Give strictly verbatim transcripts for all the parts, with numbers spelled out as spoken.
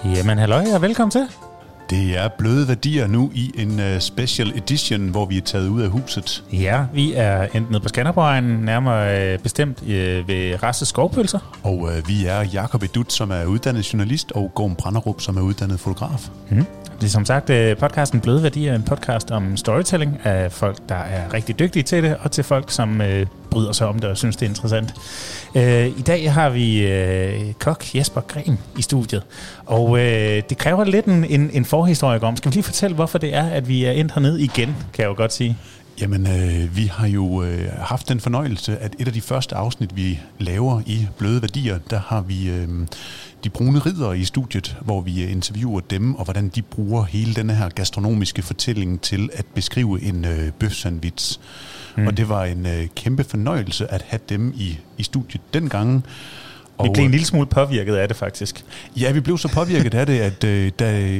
Jamen halløj og velkommen til. Det er Bløde Værdier nu i en uh, special edition, hvor vi er taget ud af huset. Ja, vi er endt nede på Skanderborg, nærmere uh, bestemt uh, ved Rasses Skovpølser. Og uh, vi er Jakob Edut, som er uddannet journalist, og Gorm Branderup, som er uddannet fotograf. Mm. Det er som sagt uh, podcasten Bløde Værdier, en podcast om storytelling af folk, der er rigtig dygtige til det, og til folk, som uh, bryder sig om det og synes, det er interessant. Uh, I dag har vi uh, kok Jesper Grem i studiet, og uh, det kræver lidt en, en, en forhistorie om. Skal vi lige fortælle, hvorfor det er, at vi er endt hernede igen, kan jeg jo godt sige. Jamen, øh, vi har jo øh, haft den fornøjelse, at et af de første afsnit, vi laver i Bløde Værdier, der har vi øh, de brune riddere i studiet, hvor vi interviewer dem, og hvordan de bruger hele den her gastronomiske fortælling til at beskrive en øh, bøfsandwich. Mm. Og det var en øh, kæmpe fornøjelse at have dem i, i studiet dengang. Vi blev en lille smule påvirket af det, faktisk. Ja, vi blev så påvirket af det, at øh, da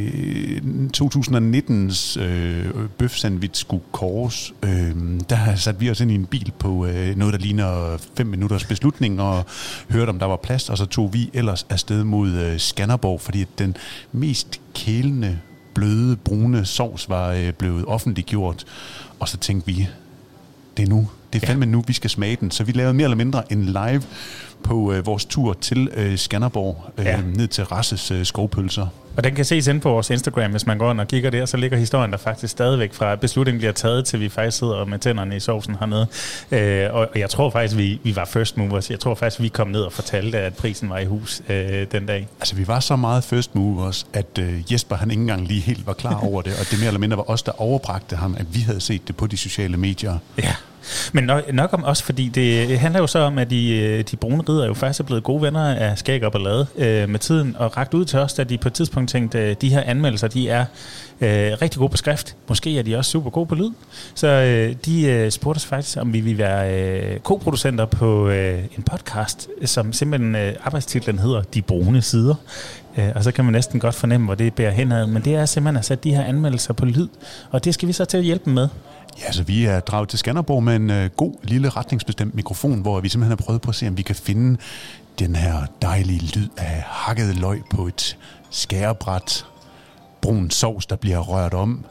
to tusind nittens øh, bøfsandwich skulle kåres, øh, der satte vi os ind i en bil på øh, noget, der ligner fem minutters beslutning, og hørte, om der var plads, og så tog vi ellers afsted mod øh, Skanderborg, fordi den mest kælende, bløde, brune sovs var øh, blevet offentliggjort, og så tænkte vi, det er nu. Det er fandme ja. nu, vi skal smage den. Så vi lavede mere eller mindre en live på øh, vores tur til øh, Skanderborg, øh, ja. ned til Rasses øh, Skovpølser. Og den kan ses inde på vores Instagram, hvis man går ind og kigger der, så ligger historien der faktisk stadigvæk fra beslutningen bliver taget, til vi faktisk sidder med tænderne i sovsen hernede. Øh, og jeg tror faktisk, vi, vi var first movers. Jeg tror faktisk, vi kom ned og fortalte, at prisen var i hus øh, den dag. Altså, vi var så meget first movers, at øh, Jesper han ikke engang lige helt var klar over det, og det mere eller mindre var os, der overbragte ham, at vi havde set det på de sociale medier. Ja. Men nok, nok om os, fordi det handler jo så om, at de, de brune ridder jo faktisk er blevet gode venner af Skæg og Ballade øh, med tiden, og rakt ud til os, da de på et tidspunkt tænkte, at de her anmeldelser, de er øh, rigtig gode på skrift. Måske er de også super gode på lyd. Så øh, de øh, spurgte os faktisk, om vi ville være øh, koproducenter på øh, en podcast, som simpelthen øh, arbejdstitlen hedder De Brune Sider. Øh, og så kan man næsten godt fornemme, hvor det bærer henad. Men det er simpelthen at sætte de her anmeldelser på lyd, og det skal vi så til at hjælpe dem med. Ja, så vi er draget til Skanderborg med en øh, god, lille, retningsbestemt mikrofon, hvor vi simpelthen har prøvet på at se, om vi kan finde den her dejlige lyd af hakket løg på et skærebræt, brun sovs, der bliver rørt om,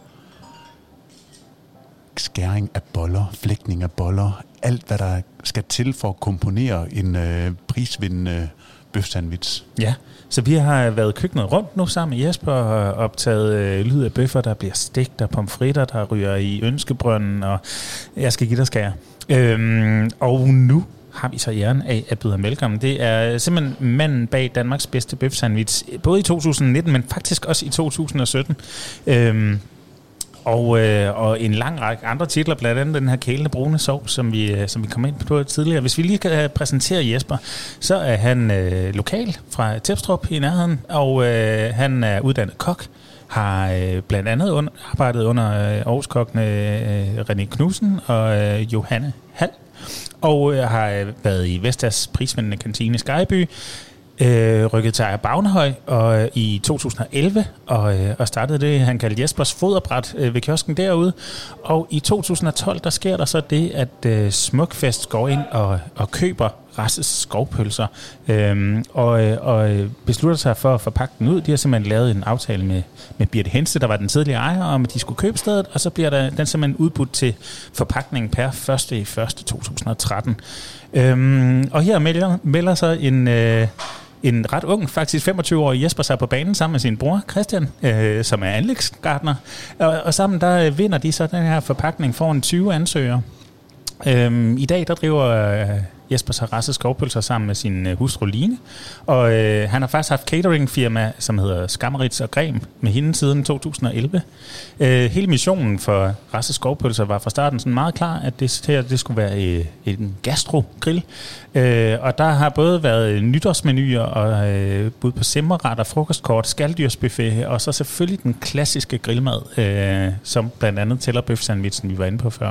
skæring af boller, flægtning af boller, alt hvad der skal til for at komponere en øh, prisvindende bøfsandwich. Ja, så vi har været køkkenet rundt nu sammen med Jesper og optaget øh, lyd af bøffer, der bliver stegt, og pomfritter, der ryger i ønskebrønden, og jeg skal give dig skære. Øhm, og nu har vi så æren af at byde ham velkommen. Det er simpelthen manden bag Danmarks bedste bøfsandwich, både i to tusind nitten, men faktisk også i to tusind sytten. Øhm, Og, øh, og en lang række andre titler, blandt andet den her kælende brune sovs, som vi, som vi kom ind på tidligere. Hvis vi lige kan præsentere Jesper, så er han øh, lokal fra Tebstrup i nærheden, og øh, han er uddannet kok, har øh, blandt andet under, arbejdet under øh, Aarhus-kokkene øh, René Knudsen og øh, Johanne Hall, og øh, har øh, været i Vestas prisvindende kantine i Skyby, Øh, rykket til Ejer Bavnehøj og, øh, i to tusind elleve og, øh, og startede det, han kaldte Jespers foderbræt øh, ved kiosken derude. Og i to tusind tolv, der sker der så det, at øh, Smukfest går ind og, og køber Rasses Skovpølser øh, og, og beslutter sig for at forpakke den ud. De har simpelthen lavet en aftale med, med Birte Henste, der var den tidligere ejer, om at de skulle købe stedet, og så bliver der, den simpelthen udbudt til forpakning per første i første to tusind tretten. Øh, og her melder, melder så en... Øh, En ret ung, faktisk femogtyve-årig Jesper sig på banen sammen med sin bror Christian, øh, som er anlægsgartner. Og, og sammen der vinder de så den her forpakning foran tyve ansøgere. Øhm, I dag der driver øh, Jesper så Rasses Skovpølser sammen med sin øh, hustru Line. Og øh, han har faktisk haft cateringfirma, som hedder Skammerits og Grem, med hende siden to tusind elleve. Øh, hele missionen for Rasses Skovpølser var fra starten sådan meget klar, at det, her, det skulle være øh, en gastrogrill. Øh, og der har både været nytårsmenuer og øh, bud på simmerretter, frokostkort, skalddyrsbuffet, og så selvfølgelig den klassiske grillmad, øh, som blandt andet tæller bøfsandwichen, vi var inde på før.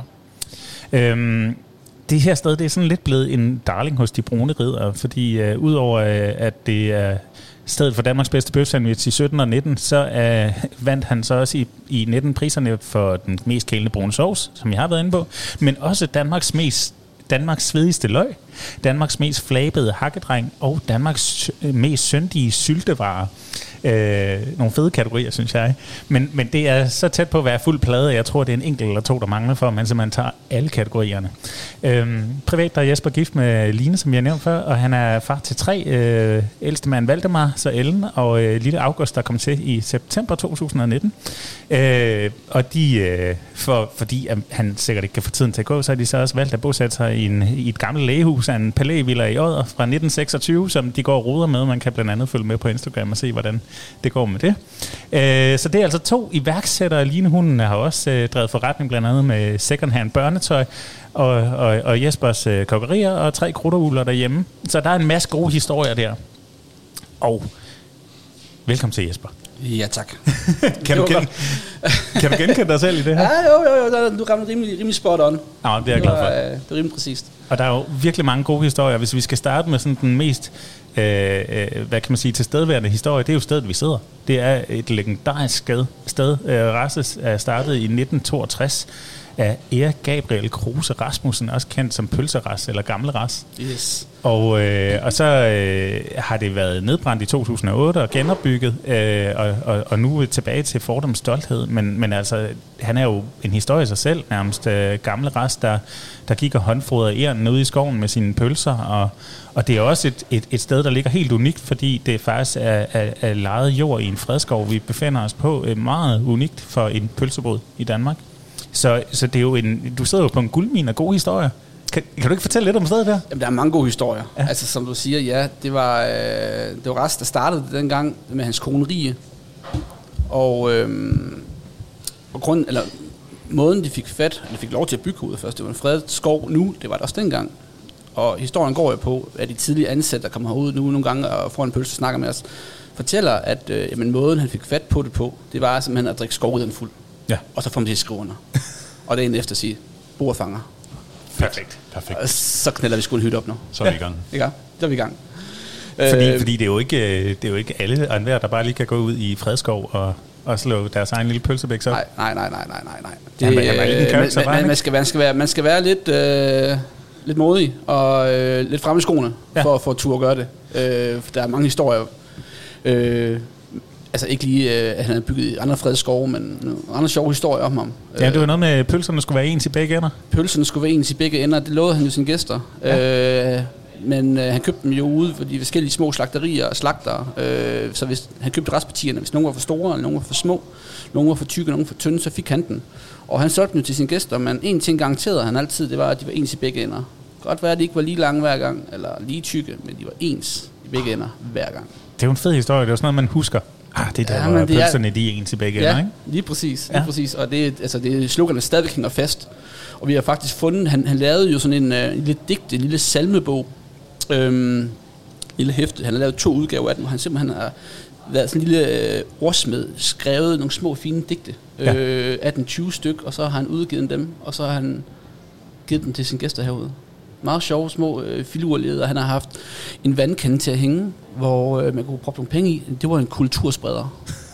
Øhm, det her sted, det er sådan lidt blevet en darling hos de brune riddere, fordi øh, udover øh, at det er stedet for Danmarks bedste bøfsandwich i sytten og nitten, så øh, vandt han så også i, i nitten priserne for den mest kælende brune sovs, som jeg har været inde på, men også Danmarks mest Danmarks svedigste løg, Danmarks mest flabede hakkedreng og Danmarks mest syndige syltevarer. Øh, nogle fede kategorier, synes jeg. Men, men det er så tæt på at være fuld plade, jeg tror, det er en enkelt eller to, der mangler for, man simpelthen tager alle kategorierne. Øh, privat der er Jesper gift med Line, som jeg nævnte før, og han er far til tre. Øh, ældste mand Valdemar, så Ellen, og øh, lille August, der kom til i september to tusind og nitten. Øh, og de, øh, for, fordi at han sikkert ikke kan få tiden til at gå, så har de så også valgt at bosætte sig i, en, i et gammelt lægehus af en palævilla i Odder fra nitten seksogtyve, som de går og ruder med. Man kan blandt andet følge med på Instagram og se, hvordan det går med det. Øh, så det er altså to iværksættere. Line, hun har også øh, drevet forretning blandt andet med second-hand børnetøj, og, og, og Jespers øh, kokkerier og tre krudterugler derhjemme. Så der er en masse gode historier der. Og velkommen til, Jesper. Ja, tak. kan, du gen- kan du genkende dig selv i det her? Ja, jo, jo, jo. Du rammer rimelig, rimelig spot on. Ja, det er jeg glad for. Det er, det er rimelig præcist. Og der er jo virkelig mange gode historier. Hvis vi skal starte med sådan den mest, øh, øh, hvad kan man sige, tilstedeværende historie, det er jo stedet, vi sidder. Det er et legendarisk sted. sted. Øh, Rasses er startet i nitten toogtres af Erik Gabriel Kruse Rasmussen, også kendt som Pølseras eller Gamle Ras. Yes. Og, øh, og så øh, har det været nedbrændt i to tusind og otte og genopbygget, øh, og, og, og nu tilbage til fordoms stolthed. Men, men altså, han er jo en historie i sig selv, nærmest øh, Gamle Ras, der, der gik og håndfodrede ærnen ude i skoven med sine pølser. Og, og det er også et, et, et sted, der ligger helt unikt, fordi det faktisk er, er, er lejet jord i en fredskov, vi befinder os på. Meget unikt for en pølsebod i Danmark. Så, så det er jo en, du sidder jo på en guldmine af gode historier. Kan, kan du ikke fortælle lidt om stedet der? Jamen, der er mange gode historier. Ja. Altså, som du siger, ja, det var, øh, det var Ras, der startede det dengang med hans kone Rie. Og, øh, og grund, eller, måden, de fik fat, eller fik lov til at bygge ud først, det var en fredet skov nu, det var det også dengang. Og historien går jo på, at de tidlige ansatte, der kommer herud nu nogle gange og får en pølse og snakker med os, fortæller, at øh, jamen, måden, han fik fat på det på, det var simpelthen at drikke skovriden fuld. Ja. Og så får man til at skrive under. Og det er en efter at sige, bordfanger. Perfekt. Perfekt. Og så knælder vi sgu en hytte op nu. Så er vi i gang. Ja, så er vi i gang. Fordi, øh, fordi det, er jo ikke, det er jo ikke alle og enhver, der bare lige kan gå ud i fredskov og, og slå deres egen lille pølsebæks op. Nej, nej, nej, nej, nej, nej. Det, jamen, jamen, øh, man, man, man, man, skal, man, skal være, man skal være lidt, øh, lidt modig og øh, lidt fremme i skoene, ja. for at få tur at gøre det. Øh, for der er mange historier. Øh, Altså ikke lige, øh, at han havde bygget andre fredskove, men andre sjove historier om ham. Ja, det var noget med, at pølserne skulle være ens i begge ender. Pølserne skulle være ens i begge ender, det lovede han jo sine gæster. Ja. Øh, men øh, han købte dem jo ude for de forskellige små slagterier og slagtere. Øh, så hvis han købte restpartierne, hvis nogen var for store, eller nogen var for små, nogen var for tykke, nogen var for tynde, så fik han den. Og han solgte dem jo til sine gæster, men en ting garanterede han altid, det var, at de var ens i begge ender. Godt være, at de ikke var lige lange hver gang, eller lige tykke, men de var ens i begge ender hver gang. Det er jo en fed historie, det er jo sådan noget, man husker. Ah, det er der, ja, hvor pølserne er de ens i begge ender, ja, ikke? lige præcis, lige ja. præcis. Og det, altså, det sloganet stadigvæk hænger fast. Og vi har faktisk fundet, han, han lavede jo sådan en, uh, en lille digte, en lille salmebog, øhm, lille hæfte. Han har lavet to udgaver af den, hvor han simpelthen har været sådan en lille øh, ordsmed, skrevet nogle små fine digte, ja. øh, atten tyve styk, og så har han udgivet dem, og så har han givet dem til sine gæster herude. Meget sjove, små øh, filurleder. Han har haft en vandkande til at hænge, hvor øh, man kunne proppe nogle penge i. Det var en kulturspreder.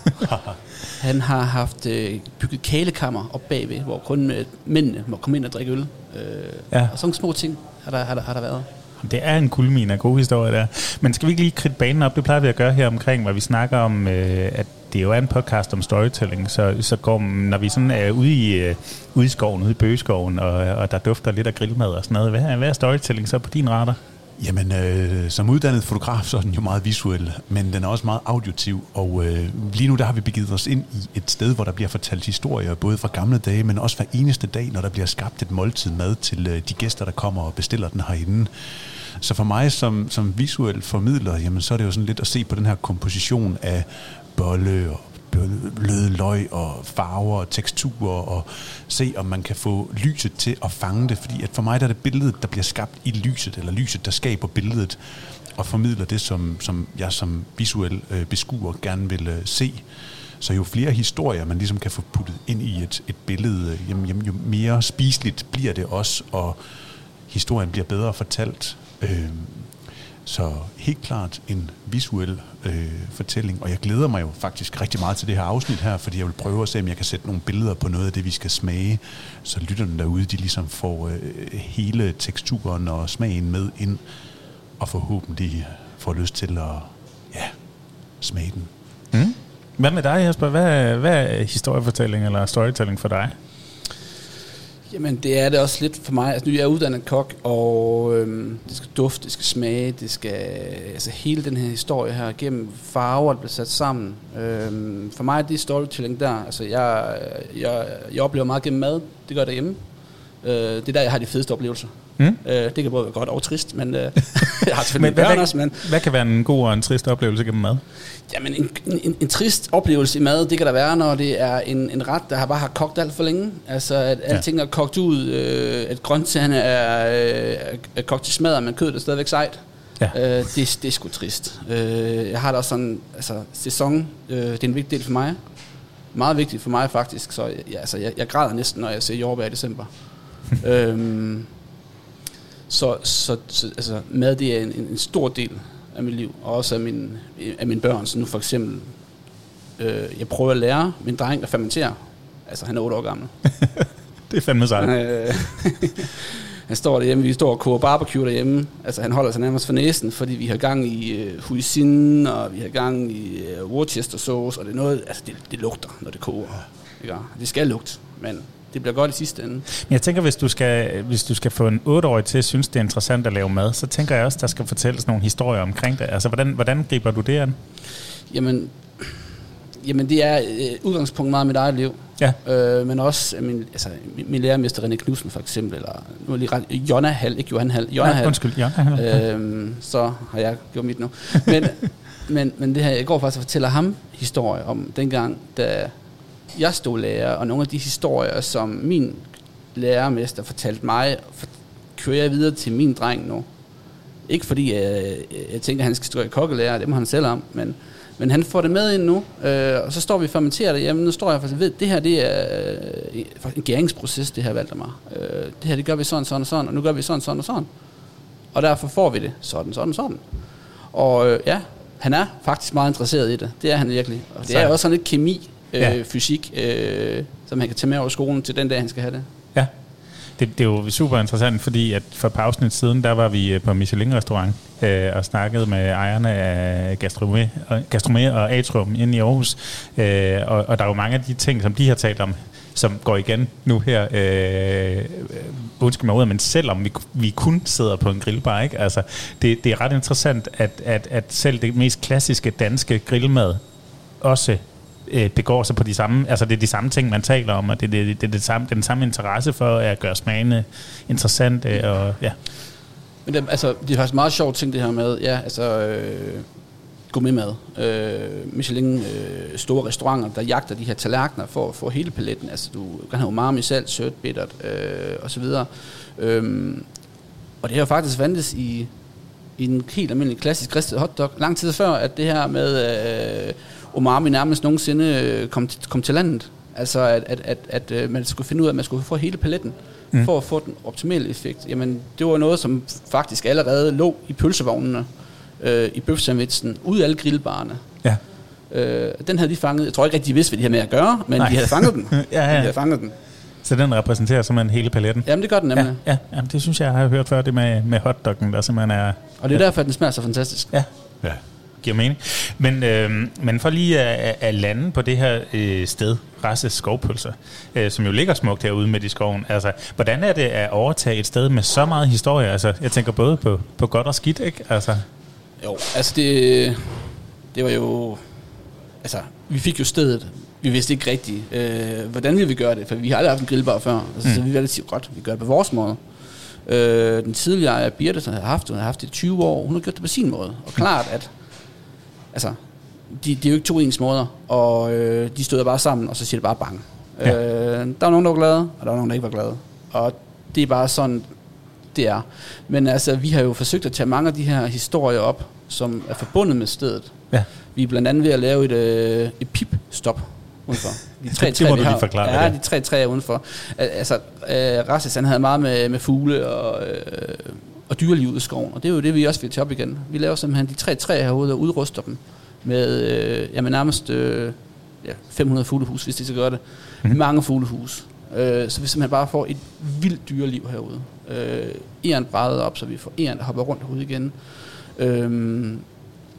Han har haft øh, bygget kælekammer op bagved, hvor kun øh, mændene må komme ind og drikke øl. Øh, ja. Og sådan små ting har der, har der, har der været. Det er en guldmine af gode historier der. Men skal vi ikke lige kridte banen op? Det plejer vi at gøre her omkring, hvor vi snakker om, øh, at det jo er en podcast om storytelling. Så, så går, når vi sådan er ude i, øh, ude i skoven, ude i bøgeskoven, og, og der dufter lidt af grillmad og sådan noget. Hvad, hvad er storytelling så på din radar? Jamen, øh, som uddannet fotograf, så er den jo meget visuel, men den er også meget auditiv, og øh, lige nu der har vi begivet os ind i et sted, hvor der bliver fortalt historier, både fra gamle dage, men også hver eneste dag, når der bliver skabt et måltid mad til øh, de gæster, der kommer og bestiller den herinde. Så for mig som, som visuel formidler, jamen, så er det jo sådan lidt at se på den her komposition af bolle og bløde løg og farver og teksturer, og se om man kan få lyset til at fange det, fordi at for mig der er det billedet, der bliver skabt i lyset, eller lyset, der skaber billedet og formidler det, som, som jeg som visuel øh, beskuer gerne vil øh, se. Så jo flere historier man ligesom kan få puttet ind i et, et billede, jamen, jamen, jo mere spiseligt bliver det også, og historien bliver bedre fortalt. Øh, Så helt klart en visuel øh, fortælling, og jeg glæder mig jo faktisk rigtig meget til det her afsnit her, fordi jeg vil prøve at se, om jeg kan sætte nogle billeder på noget af det, vi skal smage, så lytterne derude, de ligesom får øh, hele teksturen og smagen med ind, og forhåbentlig får lyst til at ja, smage den. Mm. Hvad med dig, Jesper? Hvad, hvad er historiefortælling eller storytelling for dig? Jamen, det er det også lidt for mig. Altså, nu er jeg uddannet kok, og øhm, det skal dufte, det skal smage, det skal... Altså, hele den her historie her, gennem farver, der bliver sat sammen. Øhm, for mig er det storytelling der. Altså, jeg, jeg, jeg oplever meget gennem mad. Det gør jeg derhjemme. Øh, det er der, jeg har de fedeste oplevelser. Mm. Øh, det kan både være godt og trist, men øh, jeg har selvfølgelig men, børn hvad, også. Men hvad kan være en god og en trist oplevelse gennem mad? Jamen, en, en, en trist oplevelse i mad, det kan der være, når det er en, en ret, der har bare har kogt alt for længe. Altså, at ja. alting er kogt ud, øh, at grøntsagerne er, øh, er kogt til smadret, men kødet er stadigvæk sejt. Ja. Øh, det, det er sgu trist. Øh, jeg har da også sådan, altså, sæson, øh, det er en vigtig del for mig. Meget vigtigt for mig, faktisk. Så ja, altså, jeg, jeg græder næsten, når jeg ser jordbær i december. øhm, så, så, så altså, mad, det er en, en stor del af mit liv, og også af, min, af mine børn. Så nu for eksempel, øh, jeg prøver at lære min dreng at fermentere. Altså, han er otte år gammel. Det er fandme sejt. Øh, han står derhjemme, vi står og koger barbecue derhjemme. Altså, han holder sig nærmest for næsen, fordi vi har gang i uh, hoisin, og vi har gang i uh, Worcester sauce, og det er noget, altså, det, det lugter, når det koger. Ikke? Det skal lugte, men det bliver godt i sidste ende. Men jeg tænker, hvis du skal, hvis du skal få en otteårig til at synes, det er interessant at lave mad, så tænker jeg også, der skal fortælles nogle historier omkring det. Altså, hvordan, hvordan griber du det an? Jamen, jamen det er øh, udgangspunkt meget af mit eget liv. Ja. Øh, men også min, altså, min, min lærermester René Knudsen for eksempel, eller nu er lige ret, Jonna Hall, ikke Johan Hall, Jonna Hall. Ja, undskyld, Jonna Hall. Øh, så har jeg gjort mit nu. Men, men, men det her, jeg går faktisk og fortæller ham historie om dengang, da jeg stod lærer, og nogle af de historier, som min lærermester fortalte mig, for, kører jeg videre til min dreng nu. Ikke fordi jeg, jeg tænker, at han skal stå i kokkelærer, det må han selv om, men, men han får det med ind nu, øh, og så står vi og fermenterer det. Jamen, nu står jeg faktisk ved, det her det er øh, en gæringsproces, det her Valdemar. Øh, det her det gør vi sådan, sådan og sådan, og nu gør vi sådan, sådan og sådan. Og derfor får vi det sådan, sådan, sådan. Og øh, ja, han er faktisk meget interesseret i det. Det er han virkelig. Og det er også sådan lidt kemi, øh, ja. fysik, øh, som han kan tage med over skolen til den dag, han skal have det. Ja. Det, det er jo super interessant, fordi at for pausen siden, der var vi på Michelin-restaurant øh, og snakkede med ejerne af Gastronomé og, Gastronomé og Atrium inde i Aarhus. Øh, og, og der er jo mange af de ting, som de har talt om, som går igen nu her. Øh, undskyld mig ud, men selvom vi, vi kun sidder på en grillbar, ikke? Altså, det, det er ret interessant, at, at, at selv det mest klassiske danske grillmad også begår sig på de samme, altså det er de samme ting, man taler om, og det er det, det, det samme, den samme interesse for at gøre smagene interessante, og ja. Men det, altså, det er faktisk meget sjovt ting, det her med, ja, altså, øh, gourmetmad, øh, Michelin, øh, store restauranter, der jagter de her tallerkener for at få hele paletten, altså du kan have umami, salt, sødt, bittert, øh, og så videre. Øhm, og det har jo faktisk vandtes i, i en helt almindelig klassisk ristet hotdog, lang tid før, at det her med øh, umami nærmest nogensinde kom, kom til landet. Altså, at, at, at, at, at man skulle finde ud af, at man skulle få hele paletten, mm. for at få den optimale effekt. Jamen, det var noget, som faktisk allerede lå i pølsevognene, øh, i bøfsandwitchen, ude af alle grillbarerne. Ja. Øh, den havde de fanget. Jeg tror ikke rigtig, de vidste, hvad de havde med at gøre, men Nej. de havde fanget den. ja, ja. De havde fanget den. Så den repræsenterer simpelthen hele paletten? Jamen, det gør den nemlig. Ja, ja. Jamen, det synes jeg, jeg har hørt før, det med, med hotdoggen, der simpelthen er... Og det er ja. derfor, at den smager så fantastisk. Ja, ja. Giver mening. Men, øh, men for lige at, at lande på det her øh, sted, Rasses Skovpølser, øh, som jo ligger smukt herude midt i skoven, altså, hvordan er det at overtage et sted med så meget historie? Altså, jeg tænker både på, på godt og skidt, ikke? Altså. Jo, altså det, det var jo... Altså, vi fik jo stedet. Vi vidste ikke rigtigt, øh, hvordan ville vi gøre det, for vi har aldrig haft en grillbar før. Altså, mm. Så vi valgte at sige, godt, vi gør det på vores måde. Øh, den tidligere Birte, som havde haft, hun havde haft det i tyve år, hun har gjort det på sin måde. Og klart, at altså, de, de er jo ikke to ens måder, og øh, de støder bare sammen, og så siger det bare bang. Ja. Øh, der var nogen, der var glade, og der var nogen, der ikke var glade. Og det er bare sådan, det er. Men altså, vi har jo forsøgt at tage mange af de her historier op, som er forbundet med stedet. Ja. Vi er blandt andet ved at lave et, øh, et pip-stop udenfor. De tre træer, vi har, ja, de tre træer udenfor. Altså, øh, Rasses, han havde meget med, med fugle og, øh, og dyreliv ude i skoven, og det er jo det, vi også vil tage op igen. Vi laver simpelthen de tre træer herude og udruster dem med øh, jamen, nærmest øh, ja, fem hundrede fuglehus, hvis de så gør det. Mm-hmm. Mange fuglehus. Øh, så vi simpelthen bare får et vildt dyreliv herude. Øh, Eren bræder op, så vi får eren, der hopper rundt herude igen. Øh,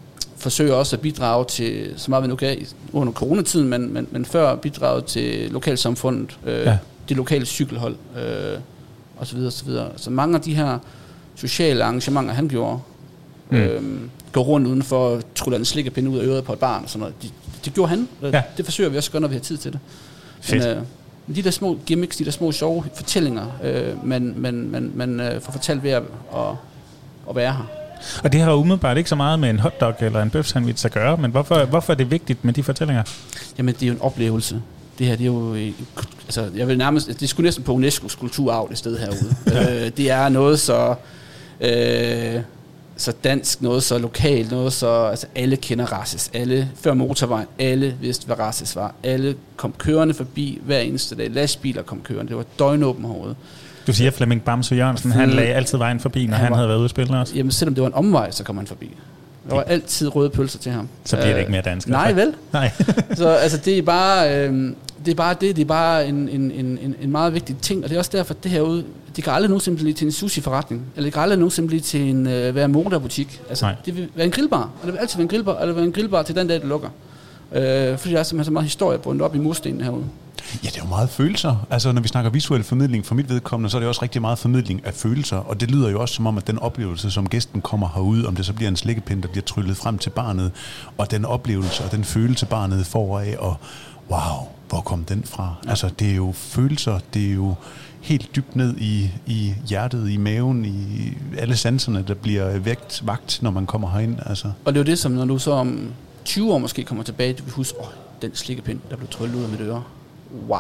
forsøger også at bidrage til, så meget vi nu kan, under coronatiden, men, men, men før bidrage til lokalsamfundet, øh, ja. det lokale cykelhold, øh, og så videre, og så videre. Så mange af de her sociale arrangementer, han gjorde, mm. øh, gå rundt uden for at trylle en slikkepinde ud af øret på et barn og sådan noget, det, det gjorde han. Ja. Det forsøger vi også at gøre, når vi har tid til det. Men, øh, de der små gimmicks, de der små sjove fortællinger, øh, man, man, man, man øh, får fortalt ved at, at, at være her. Og det har umiddelbart ikke så meget med en hotdog eller en bøfsandwich at gøre, men hvorfor, hvorfor er det vigtigt med de fortællinger? Jamen, det er jo en oplevelse. Det her, det er jo, altså, jeg vil nærmest, det skulle næsten på UNESCO's kulturarv det sted herude. øh, det er noget så, øh, så dansk, noget så lokalt, noget så, altså alle kender Rasses, alle, før motorvejen, alle vidste, hvad Rasses var. Alle kom kørende forbi hver eneste dag, lastbiler kom kørende, det var døgnåben herude. Du siger, Flemming Bamse Jørgensen, han lagde altid vejen forbi, når han, han var, havde været ude at spille også? Jamen, selvom det var en omvej, så kom han forbi. Der var altid røde pølser til ham. Så bliver det ikke mere dansk? Nej, vel? Nej. Så altså, det er bare, øh, det er bare det, det er bare en, en, en, en meget vigtig ting, og det er også derfor, at det herude, det kan aldrig nogensinde blive til en sushi-forretning, eller det kan aldrig nogensinde blive til en øh, være motorbutik. Altså, Nej. Det vil være en grillbar, og det vil altid være en grillbar, eller være en grillbar til den dag, det lukker. Øh, fordi der er simpelthen så meget historie bundet op i murstenen herude. Ja, det er jo meget følelser. Altså, når vi snakker visuel formidling for mit vedkommende, så er det også rigtig meget formidling af følelser. Og det lyder jo også som om, at den oplevelse, som gæsten kommer herud, om det så bliver en slikkepind, der bliver tryllet frem til barnet, og den oplevelse og den følelse, barnet får af, og wow, hvor kom den fra? Ja. Altså, det er jo følelser, det er jo helt dybt ned i, i hjertet, i maven, i alle sanserne, der bliver vægt, vagt, når man kommer herind. Altså. Og det er jo det, som når du så om tyve år måske kommer tilbage, du vil huske, åh, den slikkepind, der blev tryllet ud af mit øre. Wow.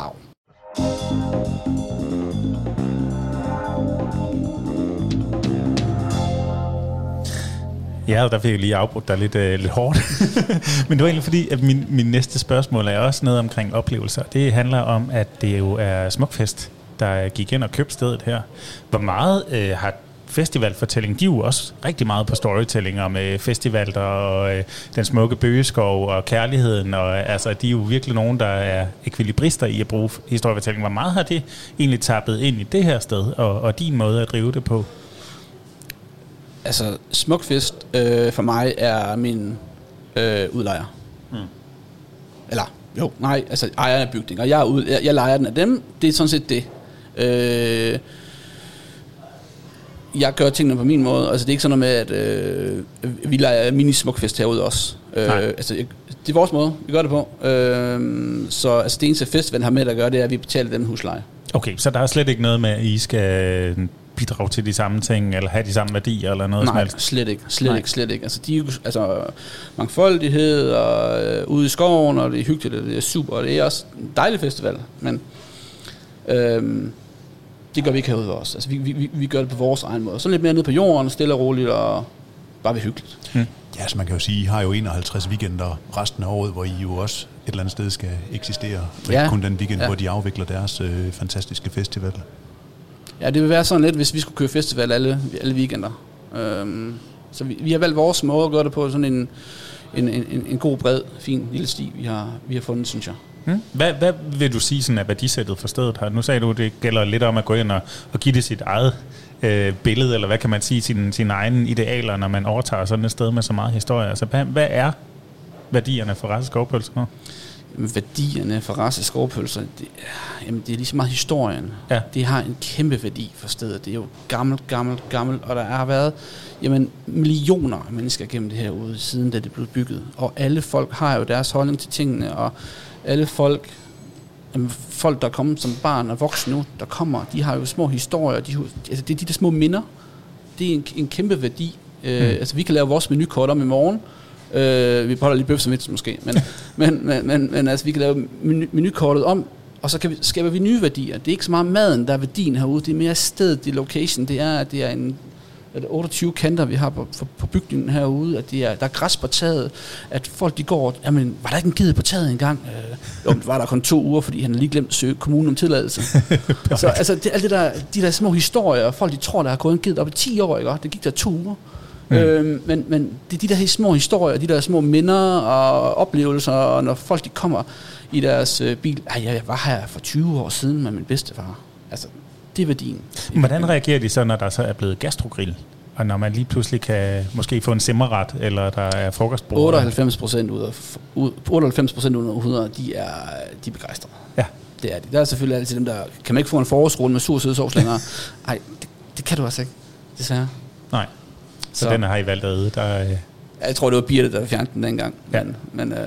Ja, der fik jeg lige afbrudt dig lidt, øh, lidt hårdt. Men det var egentlig fordi, at min, min næste spørgsmål er også noget omkring oplevelser. Det handler om, at det jo er Smukfest, der gik ind og købte stedet her. Hvor meget øh, har festivalfortælling, de er jo også rigtig meget på storytellinger med festivaler og øh, den smukke bøgeskov og kærligheden, og altså, de er jo virkelig nogen, der er ekvilibrister i at bruge historiefortælling. Hvor meget har det egentlig tappet ind i det her sted, og, og din måde at drive det på? Altså, Smukfest øh, for mig er min øh, udlejer. Hmm. Eller, jo, nej, altså ejer af bygninger. Jeg, er ud, jeg, jeg lejer den af dem, det er sådan set det. Øh, Jeg gør tingene på min måde. Altså det er ikke sådan noget med, at øh, vi leger mini-smukfest herude også. Øh, altså, det er vores måde, vi gør det på. Øh, så altså, det eneste festivalen har med at gøre, det er, at vi betaler dem husleje. Okay, så der er slet ikke noget med, at I skal bidrage til de samme ting, eller have de samme værdier, eller noget som helst? Nej, slet ikke. Slet Nej. ikke, slet ikke. Altså, de er altså, mangfoldighed, og øh, ude i skoven, og det er hyggeligt, og det er super, og det er også en dejlig festival. Men øh, det gør vi ikke herude også. Altså, vi, vi, vi gør det på vores egen måde. Så lidt mere nede på jorden, stille og roligt, og bare ved hyggeligt. Hmm. Ja, så man kan jo sige, I har jo enoghalvtreds weekender resten af året, hvor I jo også et eller andet sted skal eksistere. Ja. Ikke kun den weekend, ja. hvor de afvikler deres øh, fantastiske festival. Ja, det vil være sådan lidt, hvis vi skulle køre festival alle, alle weekender. Øhm, så vi, vi har valgt vores måde at gøre det på, sådan en, en, en, en god, bred, fin lille sti, vi har, vi har fundet, synes jeg. Hmm. Hvad, hvad vil du sige sådan, at værdisættet for stedet her? Nu sagde du, at det gælder lidt om at gå ind og, og give det sit eget øh, billede, eller hvad kan man sige, sine, sine egne idealer, når man overtager sådan et sted med så meget historie. Altså, hvad, hvad er værdierne for Rasses Skovpølser nu? Jamen, værdierne for Rasses Skovpølser, det, jamen, det er lige så meget historien. Ja. Det har en kæmpe værdi for stedet. Det er jo gammelt, gammelt, gammelt, og der har været jamen, millioner af mennesker gennem det herude, siden da det blev bygget. Og alle folk har jo deres holdning til tingene, og alle folk, jamen, folk der er kommet som barn og voksne nu, der kommer, de har jo små historier, de, altså, det er de der små minder. Det er en, en kæmpe værdi. Mm. Øh, altså, vi kan lave vores menukort om i morgen. Øh, vi beholder lige bøfsandwich måske, men, men, men, men, men altså, vi kan lave menu, menukortet om, og så kan vi, skaber vi nye værdier. Det er ikke så meget maden, der er værdien herude, det er mere stedet, det er location, det er, at det er en er det otteogtyve kanter, vi har på, på, på bygningen herude, at det er, der er græs på taget, at folk de går, jamen, var der ikke en ged på taget engang? Øh, jo, det var der kun to uger, fordi han havde lige glemt at søge kommunen om tilladelse. Så altså, det, alt det der, de der små historier, folk de tror, der har gået en ged op i ti år, ikke? Det gik der to uger. Mm. Øhm, men, men det er de der helt små historier, de der små minder og oplevelser, og når folk de kommer i deres øh, bil, ej, jeg var her for tyve år siden med min bedstefar. Altså, det er værdien. Hvordan reagerer de så, når der så er blevet gastrogrill Og når man lige pludselig kan måske få en simmerret, eller der er frokostbord. otteoghalvfems procent ud af otteoghalvfems procent ud af hundrede, de er, de er begejstrede. Ja. Det er de. Der er selvfølgelig altid dem, der kan man ikke få en forårsrulle med sur sødsovs længere. Nej, det, det kan du altså ikke, desværre. Nej, så, så den har I valgt at æde. Der, øh... Jeg tror, det var Birte, der fjernede den dengang. Ja. Men, men øh...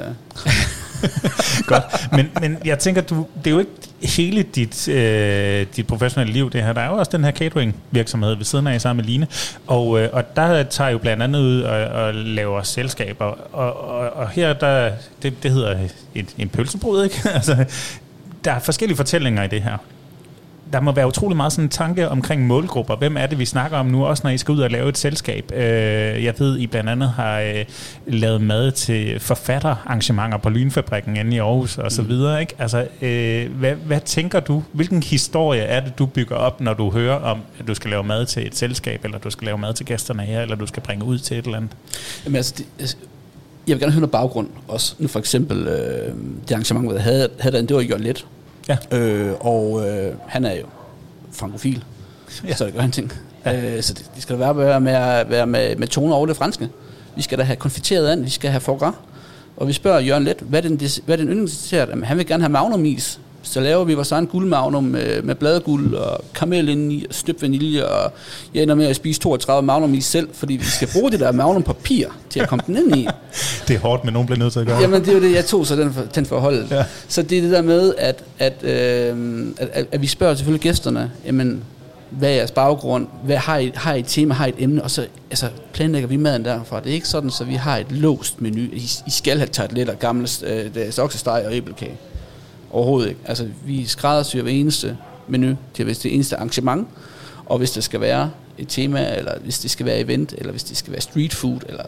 Godt, men, men jeg tænker, du, det er jo ikke hele dit, øh, dit professionelle liv, det her. Der er jo også den her catering-virksomhed ved siden af sammen med Line, og, øh, og der tager jo blandt andet ud og, og laver selskaber, og, og, og her, der, det, det hedder et, en pølsebrød, ikke? Altså, der er forskellige fortællinger i det her. Der må være utrolig meget sådan en tanke omkring målgrupper. Hvem er det, vi snakker om nu, også når I skal ud og lave et selskab? Jeg ved, I blandt andet har lavet mad til forfatterarrangementer på Lynfabrikken inde i Aarhus og så videre, ikke? Altså, hvad, hvad tænker du? Hvilken historie er det, du bygger op, når du hører om, at du skal lave mad til et selskab, eller du skal lave mad til gæsterne her, eller du skal bringe ud til et eller andet? Jamen altså, det, jeg vil gerne høre noget baggrund også. Nu for eksempel, øh, det arrangement, jeg havde, havde det var Jørgen Leth. Ja. Øh, og øh, han er jo frankofil, ja. Så det gør han ting. Ja. Øh, så det, det skal da være med at være med, med toner over det franske. Vi skal da have konfiteret and, vi skal have foie gras. Og vi spørger Jørgen Leth, hvad er den, hvad er den yndlingsdessert? Jamen, han vil gerne have magnumis. Så laver vi vores egen guldmagnum med, med bladguld og karamel indeni og støbt vanilje. Og jeg ender med at spise toogtredive magnumis selv, fordi vi skal bruge det der magnumpapir til at komme den ind i. Det er hårdt, men nogen bliver nødt til at gøre. Jamen det er jo det, jeg tog så den, for, den forholdet. Ja. Så det er det der med, at, at, øh, at, at vi spørger selvfølgelig gæsterne, jamen, hvad er jeres baggrund? Hvad har I, har I et tema, har I et emne? Og så altså, planlægger vi maden derfra. Det er ikke sådan, så vi har et låst menu. I, I skal have tarteletter, gamle øh, oksesteg og æblekage. Overhovedet ikke. Altså, vi skræddersyrer hver eneste menu til hvis det eneste arrangement, og hvis det skal være et tema, eller hvis det skal være event, eller hvis det skal være street food, eller...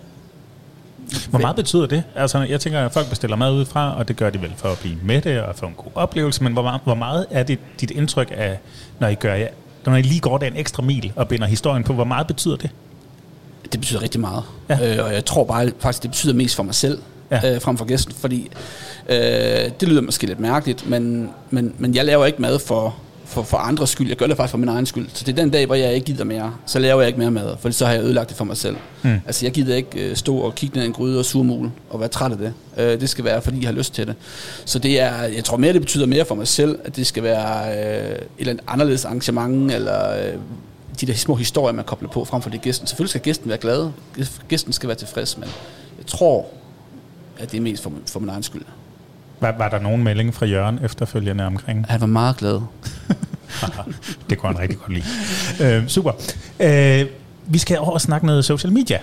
Hvor meget betyder det? Altså, jeg tænker, at folk bestiller mad udefra, og det gør de vel for at blive mætte og få en god oplevelse, men hvor meget, hvor meget er det dit indtryk af, når I gør, ja, når I lige går den ekstra mil og binder historien på, hvor meget betyder det? Det betyder rigtig meget. Ja. Øh, og jeg tror bare faktisk, det betyder mest for mig selv, ja. øh, frem for gæsten, fordi øh, det lyder måske lidt mærkeligt, men, men, men jeg laver ikke mad for, for, for andres skyld. Jeg gør det faktisk for min egen skyld. Så det er den dag, hvor jeg ikke gider mere, så laver jeg ikke mere mad, for så har jeg ødelagt det for mig selv. Mm. Altså jeg gider ikke øh, stå og kigge ned i en gryde og surmule og være træt af det. Øh, det skal være, fordi jeg har lyst til det. Så det er, jeg tror mere, det betyder mere for mig selv, at det skal være øh, et eller andet anderledes arrangement, eller... Øh, de der små historier, man kobler på, frem for det gæsten. Selvfølgelig skal gæsten være glad. Gæsten skal være tilfreds, men jeg tror, at det er mest for, for min egen skyld. Var, var der nogen melding fra Jørgen efterfølgende omkring? Han var meget glad. Det kunne han rigtig godt lide. Øh, super. Øh, vi skal over og snakke noget social media.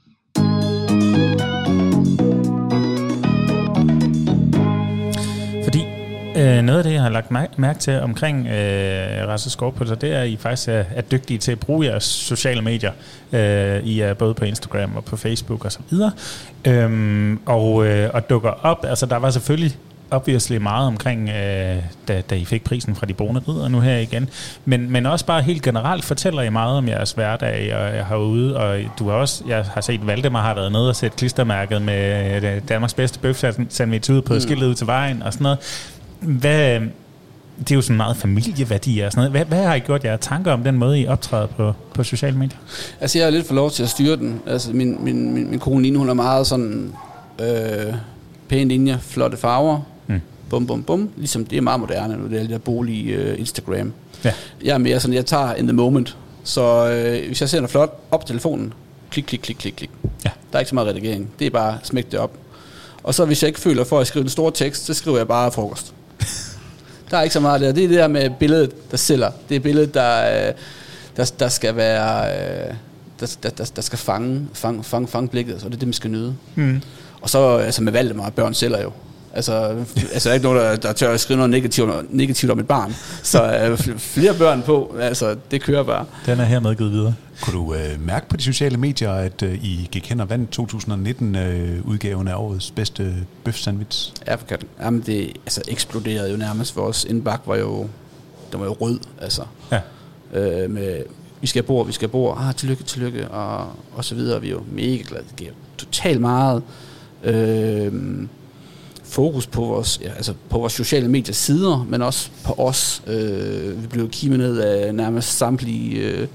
Fordi Øh, noget af det, jeg har lagt mærke til omkring øh, Rasse Skovpølser, det er, at I faktisk er, er dygtige til at bruge jeres sociale medier. Øh, I er både på Instagram og på Facebook og så videre. Øhm, og, øh, og dukker op. Altså, der var selvfølgelig obviously meget omkring, øh, da, da I fik prisen fra De Brune Ridder nu her igen. Men, men også bare helt generelt fortæller I meget om jeres hverdag, og jeg herude, og du har også, jeg har set, Valdemar har været nede og sætte klistermærket med Danmarks bedste bøfsandwich ud på mm. skiltet ud til vejen og sådan noget. Hvad, det er jo sådan meget familieværdier og sådan noget. Hvad, hvad har I gjort jer tanker om den måde, I optræder på, på sociale medier? Altså, jeg har lidt for lov til at styre den. Altså, min, min, min, min kone Line, hun er meget sådan øh, pæne linjer, flotte farver, mm. bum, bum, bum. Ligesom det er meget moderne nu, det er det der bolig øh, Instagram. Ja. Jeg er mere sådan, jeg tager in the moment. Så øh, hvis jeg ser noget flot op på telefonen, klik, klik, klik, klik, klik. Ja. Der er ikke så meget redigering. Det er bare smæk det op. Og så hvis jeg ikke føler for at skrive en stor tekst, så skriver jeg bare frokost. Der er ikke så meget der. Det er det der med billedet, der sælger. Det er billedet, der, der, der skal være, der, der, der skal fange, fange, fange, fange blikket, så det er det, man skal nyde. Mm. Og så altså med Valdemar, børn sælger jo. Altså, altså der er ikke nogen, der, der tør at skrive noget negativt, negativt om et barn. Så uh, flere børn på, altså det kører bare. Den er hermed givet videre. Kunne du uh, mærke på de sociale medier, at uh, I gik hen og vandt to tusind nitten-udgaven uh, af årets bedste bøfsandwich? Ja, for katten. Jamen det altså, eksploderede jo nærmest. Vores indbak var jo, den var jo rød, altså. Ja. Uh, med, vi skal bord, vi skal bord, ah, tillykke, tillykke, og, og så videre. Vi er jo mega glade. Det giver totalt meget uh, fokus på vores, ja, altså på vores sociale medier sider, men også på os. Øh, vi blev kimet ned af nærmest samtlige øh,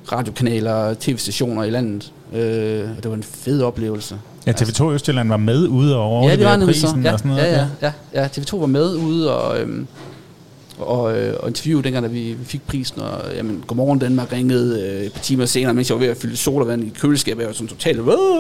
radiokanaler, tv-stationer i landet. Øh, og det var en fed oplevelse. Ja, T V to Østjylland var med ude og over ja, det var prisen ja, og sådan noget. Ja, ja, ja, ja. T V to var med ude og, øhm, og, øh, og interview dengang, da vi, vi fik prisen. Og jamen, Godmorgen Danmark ringede øh, et par timer senere, mens jeg var ved at fylde sodavand i køleskabet. Jeg var sådan totalt...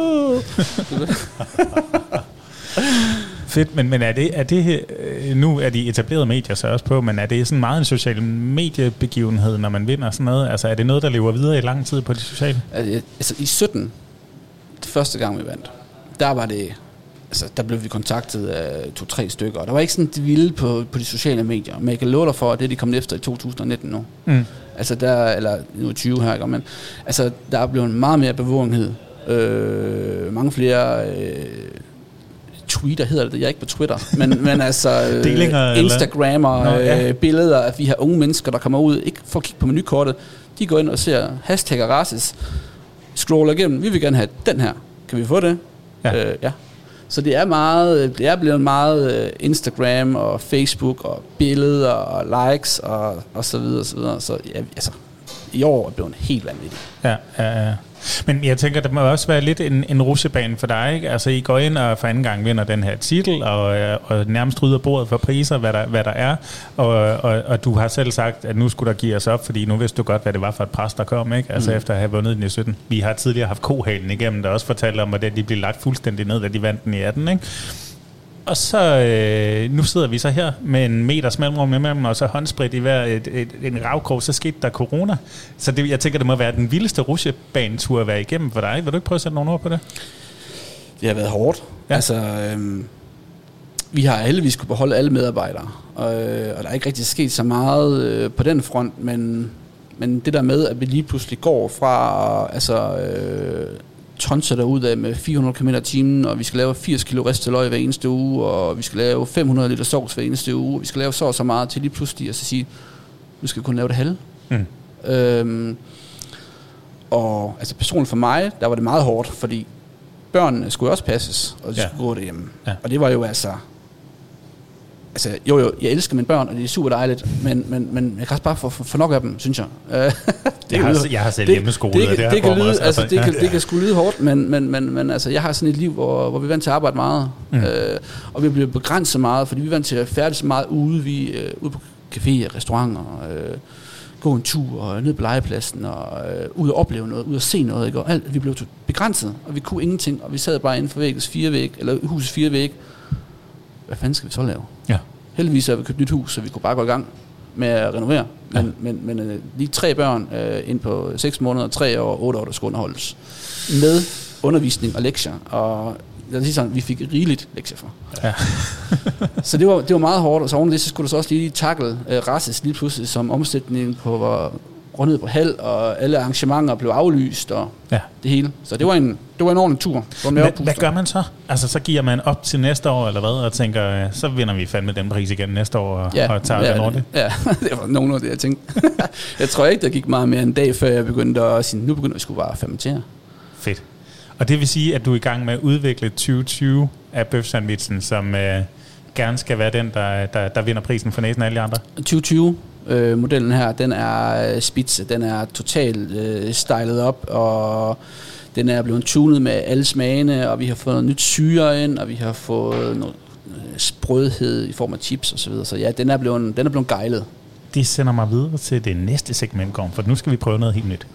Fedt, men, men er det, er det nu er de etablerede medier så også på, men er det sådan meget en social mediebegivenhed, når man vinder sådan noget? Altså er det noget, der lever videre i lang tid på de sociale? Altså i sytten, det første gang vi vandt, der var det, altså der blev vi kontaktet af to-tre stykker, og der var ikke sådan det vilde på, på de sociale medier, men jeg kan love dig for, at det er de kommet efter i to tusind nitten nu. Mm. Altså der, eller nu er tyve her, ikke? Men altså der er blevet meget mere bevågenhed, øh, mange flere... Øh, Twitter hedder det, jeg er ikke på Twitter, men, men altså øh, Instagram og øh, ja. billeder af de her unge mennesker, der kommer ud, ikke for at kigge på menukortet, de går ind og ser hashtag Racis, scroller igennem, vi vil gerne have den her, kan vi få det? Ja. Øh, ja. Så det er meget, det er blevet meget Instagram og Facebook og billeder og likes og, og så videre og så videre, så ja, altså i år er det blevet helt vanvittigt. Ja, ja, ja. Men jeg tænker, der må også være lidt en, en rutsjebane for dig, ikke? Altså, I går ind og for anden gang vinder den her titel, og, og nærmest rydder bordet for priser, hvad der, hvad der er, og, og, og du har selv sagt, at nu skulle der give os op, fordi nu vidste du godt, hvad det var for et pres, der kom, ikke? Altså, mm. efter at have vundet den i sytten. Vi har tidligere haft kohalen igennem, der også fortalte om, at de blev lagt fuldstændig ned, da de vandt den i atten, ikke? Og så, øh, nu sidder vi så her med en meters mellemrum imellem, og så håndsprit i hver et, et, en ravkrog, så skete der corona. Så det, jeg tænker, det må være den vildeste rutsjebanetur at være igennem for dig. Vil du ikke prøve at sætte nogle ord på det? Det har været hårdt. Ja. Altså, øhm, vi har heldigvis kunne beholde alle medarbejdere, og, øh, og der er ikke rigtig sket så meget øh, på den front, men, men det der med, at vi lige pludselig går fra... altså. Øh, tonser derud af med fire hundrede kilometer i timen, og vi skal lave firs kilo ristet løg hver eneste uge, og vi skal lave fem hundrede liter sovs hver eneste uge, og vi skal lave så og så meget til lige pludselig at sige, nu skal vi kun lave det halve. Mm. Øhm, og altså personligt for mig, der var det meget hårdt, fordi børnene skulle også passes, og de ja. skulle gå derhjemme. Ja. Og det var jo altså... Altså, jo jo, jeg elsker mine børn, og det er super dejligt, men, men, men jeg kan også bare få, få nok af dem, synes jeg. det jeg, har, lyde, jeg har selv hjemmeskole, det, det, det, det, kan lyde, også, altså, det, ja. kan, det kan sgu lyde hårdt, men, men, men, men altså, jeg har sådan et liv, hvor, hvor vi er vant til at arbejde meget, mm. øh, og vi bliver begrænset meget, fordi vi er vant til at færdes meget ude, vi øh, ude på caféer, restauranter, øh, gå en tur, og ned på legepladsen, og øh, ud og opleve noget, ud og se noget, ikke? Og alt, vi blev begrænset, og vi kunne ingenting, og vi sad bare inden for væggens fire væg, eller husets fire væg. Hvad fanden skal vi så lave? Ja. Heldigvis har vi købt nyt hus, så vi kunne bare gå i gang med at renovere. Men, ja. men, men uh, lige tre børn uh, ind på seks måneder, tre år og otte år, der skulle underholdes. Med undervisning og lektier. Og jeg vil sige sådan, vi fik rigeligt lektier for. Ja. Så det var, det var meget hårdt. Og så oven det, så skulle der så også lige tackle uh, Racis lige pludselig som omsætning på hvor rundet på hal, og alle arrangementer blev aflyst, og ja. det hele. Så det var en, det var en ordentlig tur. Hvad, hvad gør man så? Altså, så giver man op til næste år, eller hvad, og tænker, så vinder vi fandme den pris igen næste år, og, ja, og tager ja, den ordentligt? Ja, det var nogen af det, jeg tænkte. Jeg tror ikke, der gik meget mere en dag, før jeg begyndte at sige, nu begynder vi sgu bare at fermentere. Fedt. Og det vil sige, at du er i gang med at udvikle tyve tyve af bøfsandwitchen, som øh, gerne skal være den, der, der, der vinder prisen for næsten alle de andre? tyve tyve Øh, modellen her, den er spidse, den er totalt øh, stylet op, og den er blevet tunet med alle smagene, og vi har fået noget nyt syre ind, og vi har fået noget øh, sprødhed i form af chips og så videre. Så ja, den er blevet, den er blevet gejlet. Det sender mig videre til det næste segment, Gorm, for nu skal vi prøve noget helt nyt.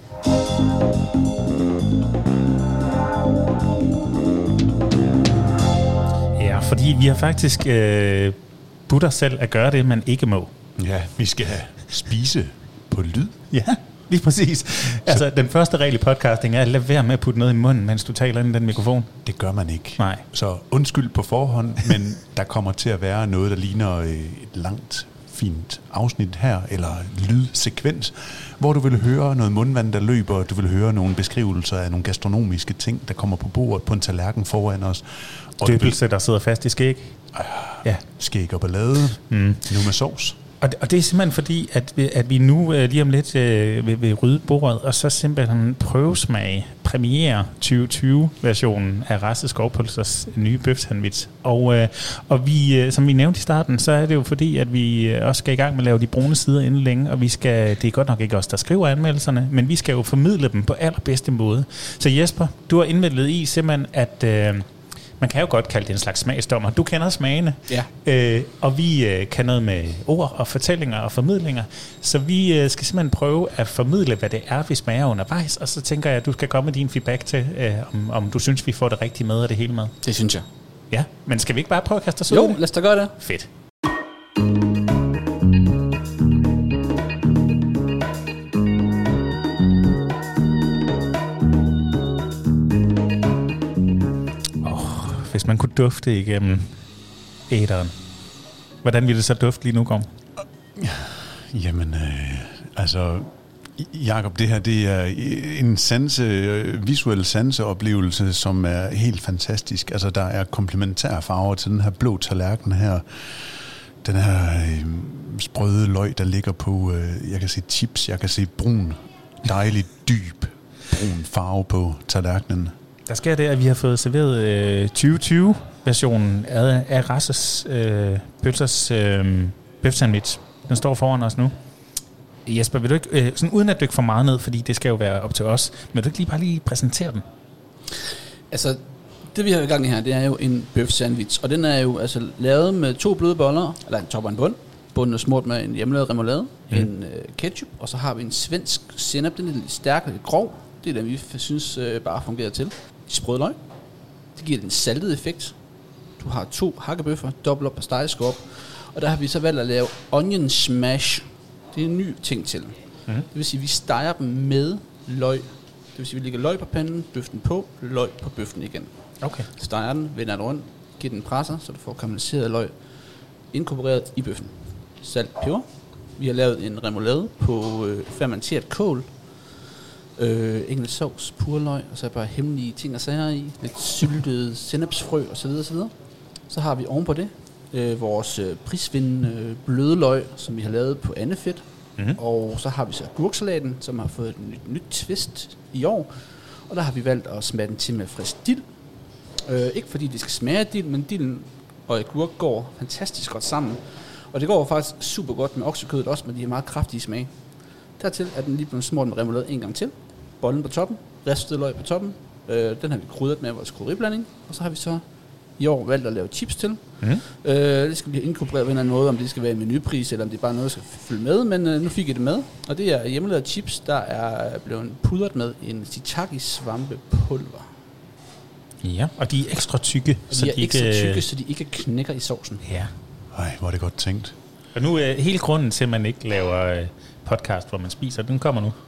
Ja, fordi vi har faktisk øh, budt os selv at gøre det, man ikke må. Ja, vi skal spise på lyd. Ja, lige præcis. Altså, så den første regel i podcasting er at lade være med at putte noget i munden, mens du taler ind i den mikrofon. Det gør man ikke. Nej. Så undskyld på forhånd, men der kommer til at være noget, der ligner et langt, fint afsnit her, eller lydsekvens, hvor du vil høre noget mundvand, der løber, du vil høre nogle beskrivelser af nogle gastronomiske ting, der kommer på bordet på en tallerken foran os. Døbelse, der sidder fast i skæg. Ja, skæg og ballade. Mm. Nu med sovs. Og det, og det er simpelthen fordi, at vi, at vi nu øh, lige om lidt øh, vil, vil rydde bordet, og så simpelthen prøvesmage, premiere tyve tyve-versionen af Rasse Skovpølsers nye bøfsandwich. Og, øh, og vi, øh, som vi nævnte i starten, så er det jo fordi, at vi også skal i gang med at lave de brune sider inden længe, og vi skal, det er godt nok ikke os, der skriver anmeldelserne, men vi skal jo formidle dem på allerbedste måde. Så Jesper, du har indmeldet i simpelthen, at... Øh, man kan jo godt kalde det en slags smagsdommer. Du kender smagene, ja. øh, og vi øh, kan noget med ord og fortællinger og formidlinger. Så vi øh, skal simpelthen prøve at formidle, hvad det er, vi smager undervejs. Og så tænker jeg, at du skal komme med din feedback til, øh, om, om du synes, vi får det rigtige med og det hele med. Det synes jeg. Ja, men skal vi ikke bare prøve at kaste os ud? Jo, lad os da gøre det. Fedt. Hvis man kunne dufte igennem æteren, hvordan ville det så dufte lige nu, Gorm? Jamen, øh, altså, Jakob, det her, det er en sanse, visuel sanseoplevelse, som er helt fantastisk. Altså, der er komplementære farver til den her blå tallerken her. Den her øh, sprøde løg, der ligger på, øh, jeg kan se chips, jeg kan se brun, dejlig dyb brun farve på tallerkenen. Der sker det, at vi har fået serveret øh, tyve tyve-versionen af, af Rasses øh, Pølsers øh, bøfsandwich. Den står foran os nu. Jesper, vil du ikke, øh, sådan uden at dykke for meget ned, fordi det skal jo være op til os, men vil du ikke lige bare lige præsentere den? Altså, det vi har i gang i her, det er jo en bøfsandwich, og den er jo altså lavet med to bløde boller, eller en top og en bund. Bunden er smurt med en hjemmelavet remoulade, mm. en øh, ketchup, og så har vi en svensk sennep, den er lidt stærk og lidt grov. Det er den, vi synes øh, bare fungerer til. De sprøde løg. Det giver en saltet effekt. Du har to hakkebøffer, dobbelt op og stegeskorp. Og der har vi så valgt at lave onion smash. Det er en ny ting til. Mm. Det vil sige, at vi steger dem med løg. Det vil sige, at vi lægger løg på panden, bøften på, løg på bøften igen. Okay. Steger den, vender den rundt, giver den presser, så du får karamelliseret løg inkorporeret i bøffen. Salt, peber. Vi har lavet en remoulade på øh, fermenteret kål. Øh, engelsk sovs, purløg, og så er bare hemmelige ting og sager i. Lidt syltede sennepsfrø og så videre, så videre. Så har vi ovenpå det øh, vores øh, prisvindende øh, bløde løg, som vi har lavet på andefedt. Mm-hmm. Og så har vi så agurksalaten, som har fået et nyt, nyt twist i år. Og der har vi valgt at smage den til med frisk dild. Øh, ikke fordi det skal smage af dild, men dilden og agurk går fantastisk godt sammen. Og det går faktisk super godt med oksekødet også, med de her meget kraftige smag. Dertil er den lige blevet smurt med remoulade en gang til. Bollen på toppen, ristet løg på toppen. Øh, den har vi krydret med vores krydderiblanding. Og så har vi så i år valgt at lave chips til. Mm. Øh, det skal blive inkorporeret på en eller anden måde, om det skal være en menupris, eller om det er bare noget, der skal følge med. Men øh, nu fik jeg det med. Og det er hjemmelavet chips, der er blevet pudret med en shiitake svampepulver. Ja, og de er ekstra tykke. Og de så er de ekstra ikke, tykke, så de ikke knækker i sovsen. Ja. Ej, hvor er det godt tænkt. Og nu er øh, hele grunden til, at man ikke laver øh, podcast, hvor man spiser, den kommer nu.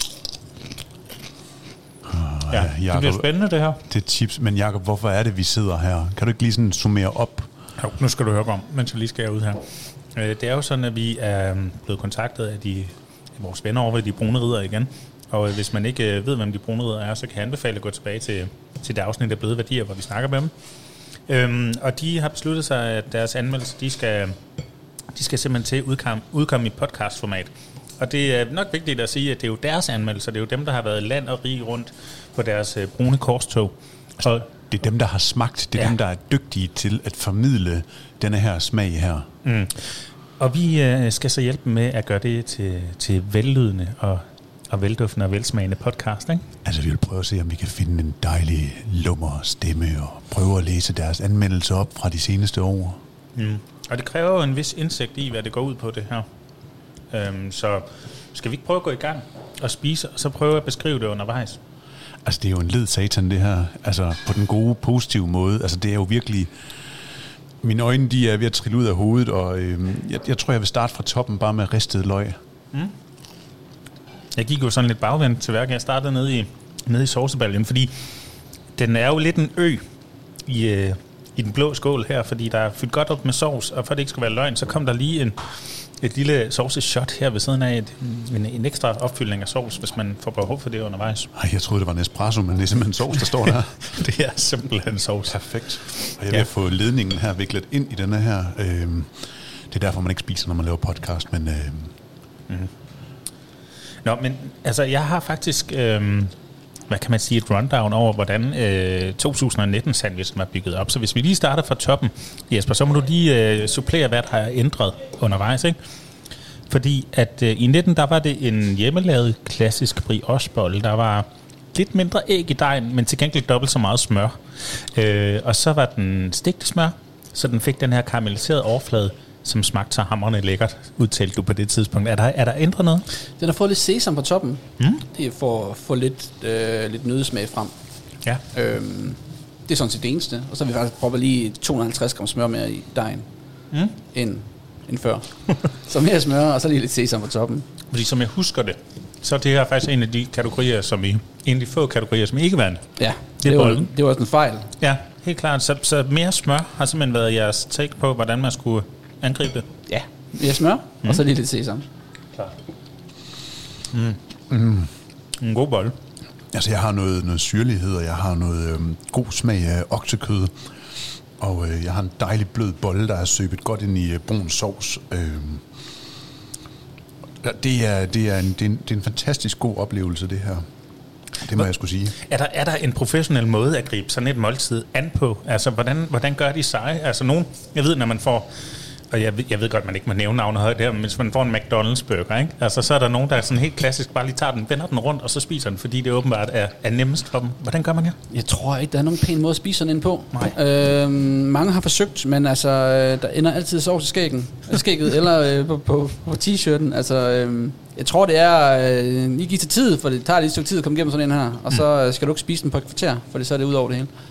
Ja, Jacob, det bliver spændende det her. Det er chips, men Jakob, hvorfor er det, vi sidder her? Kan du ikke lige sådan summere op? Jo, nu skal du høre om, mens jeg lige skal ud her. Det er jo sådan, at vi er blevet kontaktet af de, vores venner over ved de brune ridder igen. Og hvis man ikke ved, hvem de brune ridder er, så kan jeg anbefale at gå tilbage til, til det afsnit af Bløde Værdier, hvor vi snakker med dem. Øhm, og de har besluttet sig, at deres anmeldelse, de skal, de skal simpelthen til udkomme, udkomme i podcastformat. Og det er nok vigtigt at sige, at det er jo deres anmeldelser. Det er jo dem, der har været land og rig rundt på deres øh, brune korstog. Og det er dem, der har smagt. Det er ja. dem, der er dygtige til at formidle denne her smag her. Mm. Og vi øh, skal så hjælpe med at gøre det til, til vellydende og, og velduftende og velsmagende podcast, ikke? Altså, vi vil prøve at se, om vi kan finde en dejlig lummer stemme og prøve at læse deres anmeldelser op fra de seneste år. Mm. Og det kræver jo en vis indsigt i, hvad det går ud på, det her. Øhm, så skal vi ikke prøve at gå i gang og spise, og så prøve at beskrive det undervejs? Altså, det er jo en led satan, det her. Altså, på den gode, positive måde. Altså, det er jo virkelig... Mine øjne, de er ved at trille ud af hovedet, og øh, jeg, jeg tror, jeg vil starte fra toppen bare med ristet løg. Mm. Jeg gik jo sådan lidt bagvendt til værk. Jeg startede nede i, nede i saucebaljen, fordi den er jo lidt en ø i, øh, i den blå skål her, fordi der er fyldt godt op med sovs, og for det ikke skal være løgn, så kom der lige en... et lille sauce-shot her ved siden af et, en, en ekstra opfyldning af sovs, hvis man får behov for det undervejs. Ej, jeg troede, det var en espresso, men det er simpelthen sovs, der står der. Det er simpelthen sovs. Perfekt. Og jeg vil ja. få ledningen her viklet ind i denne her. Øh, det er derfor, man ikke spiser, når man laver podcast, men... Øh, mm. Nå, men altså, jeg har faktisk... Øh, hvad kan man sige, et rundown over, hvordan øh, to tusind nitten-sandwichen var bygget op. Så hvis vi lige starter fra toppen, Jesper, så må du lige øh, supplere, hvad der har ændret undervejs, ikke? Fordi at øh, i nitten, der var det en hjemmelavet klassisk briochebolle. Der var lidt mindre æg i dejen, men til gengæld dobbelt så meget smør. Øh, og så var den stegte smør, så den fik den her karamelliserede overflade, som smagte så hamrende lækkert, udtalte du på det tidspunkt. Er der, er der ændret noget? Den har fået lidt sesam på toppen. Mm. Det er for at få lidt, øh, lidt nødesmag frem. Ja. Øhm, det er sådan set det eneste. Og så har vi faktisk prøvet lige to hundrede og halvtreds gram smør mere i dejen, mm. end, end før. Så mere smør, og så lige lidt sesam på toppen. Fordi som jeg husker det, så er det her faktisk en af de kategorier, som I, en af de få kategorier, som ikke vandt. Ja, det, det, var, det var også en fejl. Ja, helt klart. Så, så mere smør har simpelthen været jeres take på, hvordan man skulle angribe det. Ja, mere smør, mm. og så lige lidt sesam. Klar. Mm. Mm. En god bolle. Altså, jeg har noget, noget syrlighed, og jeg har noget øhm, god smag af oksekød. Og øh, jeg har en dejlig blød bolle, der er søbet godt ind i øh, brun sovs. Øh, det, er, det, er en, det, er en, det er en fantastisk god oplevelse, det her. Det må jeg skulle sige. Er der, er der en professionel måde at gribe sådan et måltid an på? Altså, hvordan, hvordan gør de sig? Altså, nogen, jeg ved, når man får... Og jeg ved, jeg ved godt, man ikke må nævne navnet højt der, men hvis man får en McDonald's burger, ikke? Altså, så er der nogen, der sådan helt klassisk bare lige tager den, vender den rundt, og så spiser den, fordi det åbenbart er, er nemmest for dem. Hvordan gør man her? Jeg tror ikke, der er nogen pæn måde at spise sådan ind på. Nej. Øhm, mange har forsøgt, men altså, der ender altid sovs i skæggen, skægget eller øh, på, på, på t-shirten. Altså, øh, jeg tror, det er øh, lige give til tid, for det tager lige et stykke tid at komme igennem sådan en her, og så skal du ikke spise den på et kvarter, for så er det ud over det hele.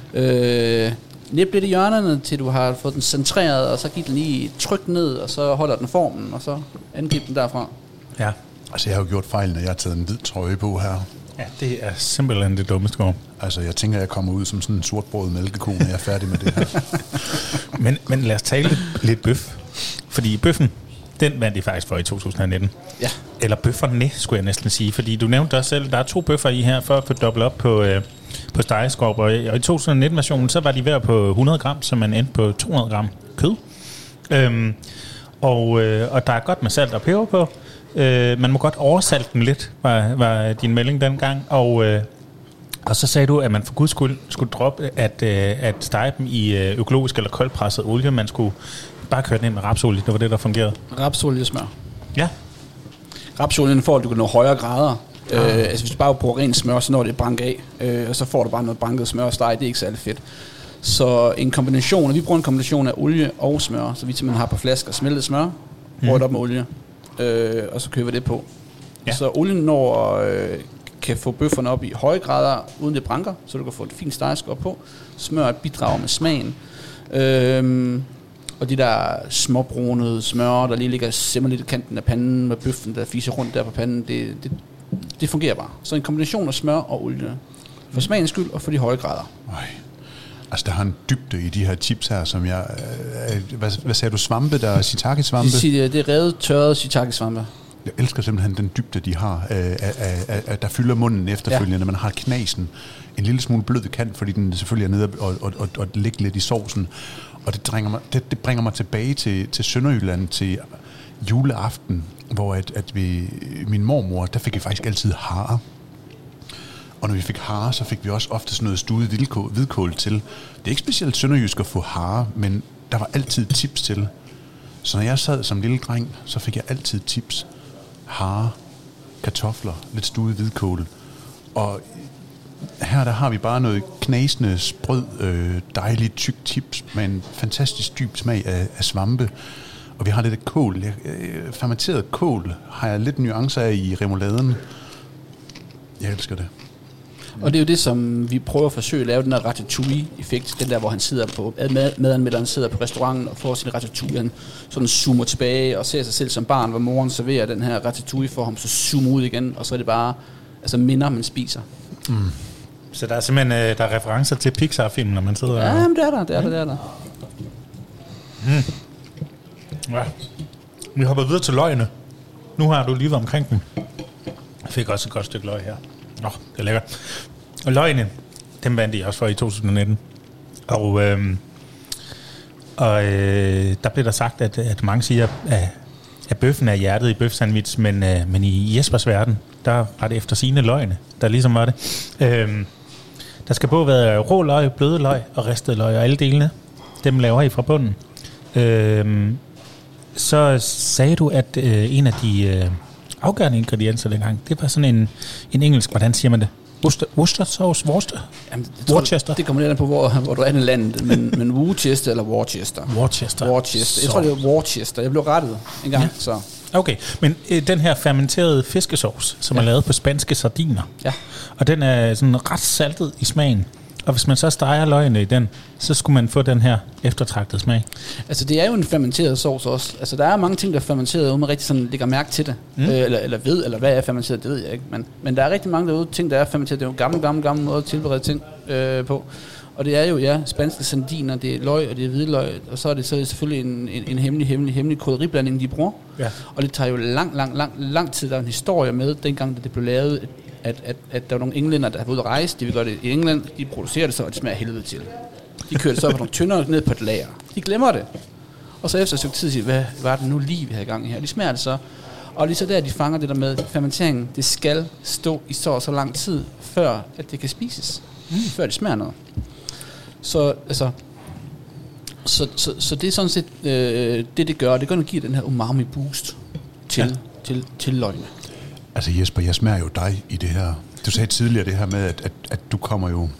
Øh, Nip lidt i hjørnerne, til du har fået den centreret, og så giv den lige tryk ned, og så holder den formen, og så angrib den derfra. Ja. Altså, jeg har jo gjort fejl, når jeg har taget en hvid trøje på her. Ja, det er simpelthen det dummeste går. Altså, jeg tænker, jeg kommer ud som sådan en sortbrød mælkeko, når jeg er færdig med det her. men, men lad os tale lidt, lidt bøf. Fordi bøffen, den vandt de faktisk for i to tusind nitten. Ja. Eller bøfferne, skulle jeg næsten sige. Fordi du nævnte også selv, der er to bøffer i her, for at få dobbelt op på... Øh, på stegeskorp, og i to tusind nitten-versionen, så var de hver på hundrede gram, så man endte på to hundrede gram kød. Øhm, og, øh, og der er godt med salt og peber på. Øh, man må godt oversalte den lidt, var, var din melding dengang. Og, øh, og så sagde du, at man for guds skyld skulle droppe at, øh, at stege dem i øh, økologisk eller koldpresset olie. Man skulle bare køre den ind med rapsolie. Det var det, der fungerede. Rapsolie smør. Ja. Rapsolien får, at du kan nå højere grader. Øh, altså hvis du bare bruger ren smør, så når det brank af, øh, og så får du bare noget branket smør og steg, det er ikke særlig fedt. Så en kombination, vi bruger en kombination af olie og smør, så vi simpelthen har på flasker smeltet smør, mm. rørt op med olie, øh, og så kører vi det på. Ja. Så olien når øh, kan få bøfferne op i høje grader, uden det branker, så du kan få et fint stegeskår på. Smør bidrager med smagen. Øh, og de der småbrunede smør, der lige ligger simmer lidt i kanten af panden med bøffen, der fiser rundt der på panden, det, det Det fungerer bare. Så en kombination af smør og olie. For smagens skyld og for de høje grader. Øj. Altså, der har en dybde i de her chips her, som jeg... Øh, hvad, hvad sagde du? Svampe? Der er shiitake-svampe? Det er revet, tørret shiitake-svampe. Jeg elsker simpelthen den dybde, de har, øh, af, af, af, der fylder munden efterfølgende. Ja. Man har knasen en lille smule blød kant, fordi den selvfølgelig er nede og, og, og, og ligger lidt i sovsen. Og det, bringer mig, det, det bringer mig tilbage til, til Sønderjylland, til juleaften, hvor at, at vi, min mormor, der fik vi faktisk altid hare. Og når vi fik hare, så fik vi også ofte sådan noget stuet hvidkål, hvidkål til. Det er ikke specielt sønderjysk at få hare, men der var altid tips til. Så når jeg sad som lille dreng, så fik jeg altid tips. Hare, kartofler, lidt stuet hvidkål. Og her der har vi bare noget knasende, sprød, øh, dejligt tyk chips med en fantastisk dyb smag af, af svampe. Og vi har lidt af kål. Øh, fermenteret kål har jeg lidt nuancer af i remouladen. Jeg elsker det. Og det er jo det, som vi prøver at forsøge at lave, den der ratatouille-effekt. Den der, hvor han sidder på, madanmelderen sidder på restauranten og får sin ratatouille. Han sådan zoomer tilbage og ser sig selv som barn, hvor moren serverer den her ratatouille for ham, så zoomer ud igen, og så er det bare altså minder, man spiser. Mm. Så der er simpelthen der er referencer til Pixar-filmen, når man sidder... Ja, men det er der, det er der, det er der. Mm. Ja. Vi hopper videre til løgene. Nu har du lige været omkring den. Jeg fik også et godt stykke løg her. Nå, det er lækkert. Og løgene, dem vandt de også for i to tusind nitten. Og øhm, og øh, der blev der sagt, at, at mange siger, at, at bøffen er hjertet i bøfsandwich, men, øh, men i Jespers verden, der var det efter sine løgne, der ligesom var det. Øh, der skal både være rå løg, bløde løg og ristede løg, og alle delene, dem laver I fra bunden. Øh, så sagde du, at øh, en af de øh, afgørende ingredienser dengang, det var sådan en, en engelsk, hvordan siger man det? Worcester, Worcester sauce, Worcester? Jamen, Worcester? Det kommer lidt an på, hvor, hvor du er i landet, men, men Worcester eller Worcester? Worcester. Worcester. Jeg tror, det var Worcester. Jeg blev rettet en gang, ja. Så... Okay, men øh, den her fermenterede fiskesauce, som ja. er lavet på spanske sardiner, ja. og den er sådan ret saltet i smagen, og hvis man så steger løgene i den, så skulle man få den her eftertragtede smag. Altså det er jo en fermenteret sauce også. Altså der er mange ting, der er fermenteret, uden man rigtig sådan lægger mærke til det. Mm. Øh, eller, eller ved, eller hvad er fermenteret, det ved jeg ikke. Men, men der er rigtig mange derude ting, der er fermenteret. Det er jo gammel, gammel, gammel måde at tilberede ting øh, på. Og det er jo, ja, spanske sardiner, det er løg, og det er hvidløg, og så er det, så er det selvfølgelig en, en, en hemmelig, hemmelig, hemmelig krydderiblanding, de bruger. Ja. Og det tager jo lang, lang, lang, lang tid. Der er en historie med, dengang da det blev lavet, at, at, at der var nogle englænder, der har været ude at rejse, de vil gøre det i England, de producerer det så, og det smager helvede til. De kører det så på nogle tyndere ned på et lager. De glemmer det. Og så efter et stykke tid siger, hvad var det nu lige, vi havde i gang her? De smager det så. Og lige så der, de fanger det der med fermenteringen, det skal stå i så og så lang tid, før at det kan spises. Mm. Før det smager noget. Så, altså, så, så, så det er sådan set øh, det, det gør. Det gør, at give den her umami boost til, ja. til, til løgene. Altså Jesper, jeg smager jo dig i det her. Du sagde tidligere det her med, at, at, at du kommer jo...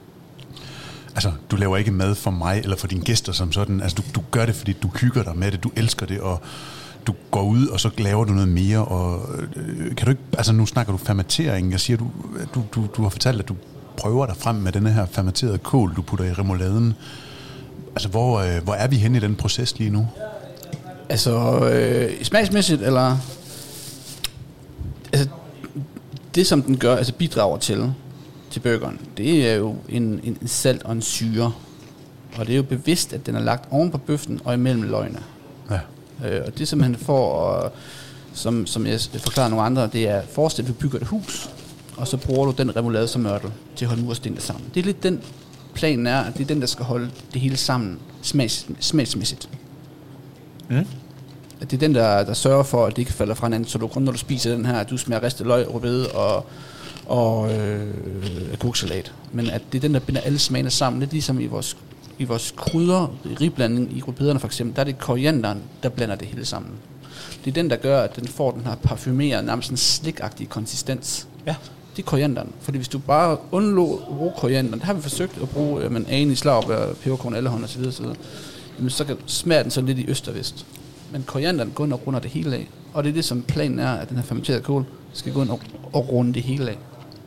Altså, du laver ikke mad for mig eller for dine gæster som sådan. Altså, du, du gør det, fordi du hygger dig med det. Du elsker det, og du går ud, og så laver du noget mere. Og øh, kan du ikke... Altså, nu snakker du fermentering. Jeg siger, du, du, du, du har fortalt, at du prøver dig frem med denne her fermenterede kål, du putter i remouladen. Altså, hvor, øh, hvor er vi henne i den proces lige nu? Altså, øh, smagsmæssigt, eller... Altså, det som den gør, altså bidrager til, til burgeren, det er jo en, en, en salt og en syre. Og det er jo bevidst, at den er lagt oven på bøffen og imellem løgene. Ja. Øh, og det som han får, og, som, som jeg forklarer nogle andre, det er, forestil, at du bygger et hus, og så bruger du den remoulade som mørtel til at holde murstenene sammen. Det er lidt den planen er, at det er den, der skal holde det hele sammen smags, smagsmæssigt. Mm. Det er den, der, der sørger for, at det ikke falder fra hinanden, så du kun når du spiser den her, at du smager ristet løg, rødbede og, og øh, agurksalat. Men at det er den, der binder alle smagene sammen. Lidt ligesom i vores, i vores krydder, i riblanding i rødbederne for eksempel, der er det korianderen, der blander det hele sammen. Det er den, der gør, at den får den her parfumeret, nærmest en slikagtig konsistens. Ja. Det er korianderen. Fordi hvis du bare undlod at bruge korianderen, det har vi forsøgt at bruge, men anis, laurbær, peberkorn, allehånd osv., så, jamen, så kan, smager den så lidt i øst og vest. Men korianderen går ind og runder det hele af. Og det er det, som planen er, at den her fermenterede kål skal gå ind og, og runde det hele af.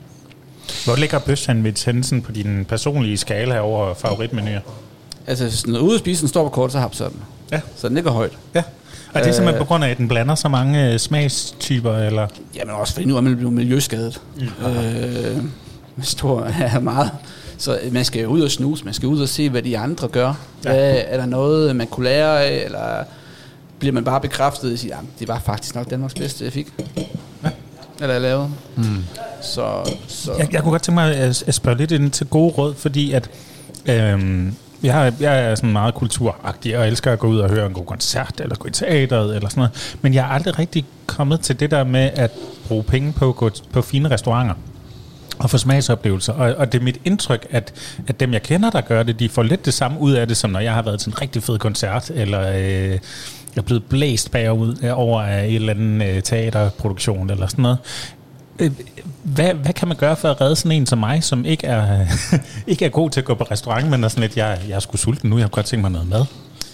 Hvor ligger bøfsandwich henne på din personlige skala over favoritmenuer? Altså, hvis den er ude at spise, den står på kort, så hapser den. Ja. Så den ligger højt. Ja. Og det er simpelthen på grund af, at den blander så mange øh, smagstyper, eller? Jamen også, fordi nu er man blevet miljøskadet. Mm. Øh, stor, ja, meget. Så man skal jo ud og snuse, man skal ud og se, hvad de andre gør. Ja. Hvad, er der noget, man kunne lære af, eller bliver man bare bekræftet og siger, det var faktisk nok Danmarks bedste, jeg fik? Ja. Eller jeg lavede. Mm. Så, så. Jeg, jeg kunne godt tænke mig at, at spørge lidt ind til gode råd, fordi at øhm, jeg, jeg er sådan meget kulturagtig, og elsker at gå ud og høre en god koncert, eller gå i teateret, eller sådan noget. Men jeg er aldrig rigtig kommet til det der med at bruge penge på at gå på fine restauranter og få smagsoplevelser. Og, og det er mit indtryk, at, at dem, jeg kender, der gør det, de får lidt det samme ud af det, som når jeg har været til en rigtig fed koncert, eller øh, jeg er blevet blæst bagud over af en eller anden øh, teaterproduktion, eller sådan noget. Hvad, hvad kan man gøre for at redde sådan en som mig, som ikke er, ikke er god til at gå på restaurant, men er sådan lidt, jeg, jeg er sgu sulten nu, jeg har godt tænkt mig noget mad?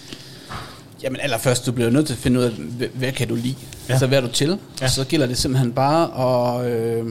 Jamen allerførst, du bliver nødt til at finde ud af, hvad, hvad kan du lide? Ja. Altså, hvad er du til? Ja. Så gælder det simpelthen bare at, øh,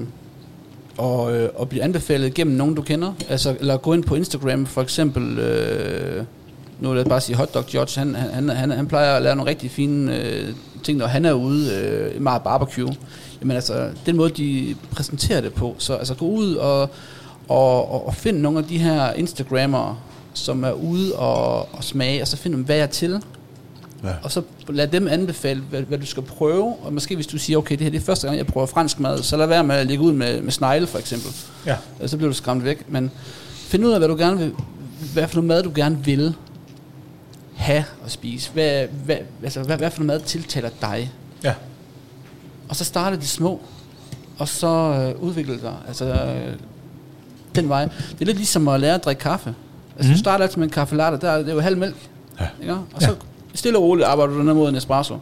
og, øh, at blive anbefalet gennem nogen, du kender. Altså, eller gå ind på Instagram, for eksempel, øh, nu vil jeg bare sige Hot Dog Judge, han, han, han, han plejer at lave nogle rigtig fine øh, ting, når han er ude øh, i meget barbecue. Jamen altså, den måde, de præsenterer det på. Så altså, gå ud og, og, og, og find nogle af de her Instagrammere, som er ude og, og smage, og så find dem, hvad jeg er til. Ja. Og så lad dem anbefale, hvad, hvad du skal prøve. Og måske hvis du siger, okay, det her det er første gang, jeg prøver fransk mad, så lad være med at lægge ud med, med snegle, for eksempel. Ja. Så bliver du skræmt væk. Men find ud af, hvad du gerne vil, hvad for noget mad, du gerne vil have at spise? Hvad, hvad, altså, hvad, hvad for noget mad tiltaler dig? Ja. Og så starter de små, og så øh, udvikler det dig. Altså, øh, den vej. Det er lidt ligesom at lære at drikke kaffe. Altså, mm. du starter altid med en kaffe latte, der er det er jo halv mælk. Ja. Ikke? Og så ja. stille og roligt arbejder du ned mod en espresso.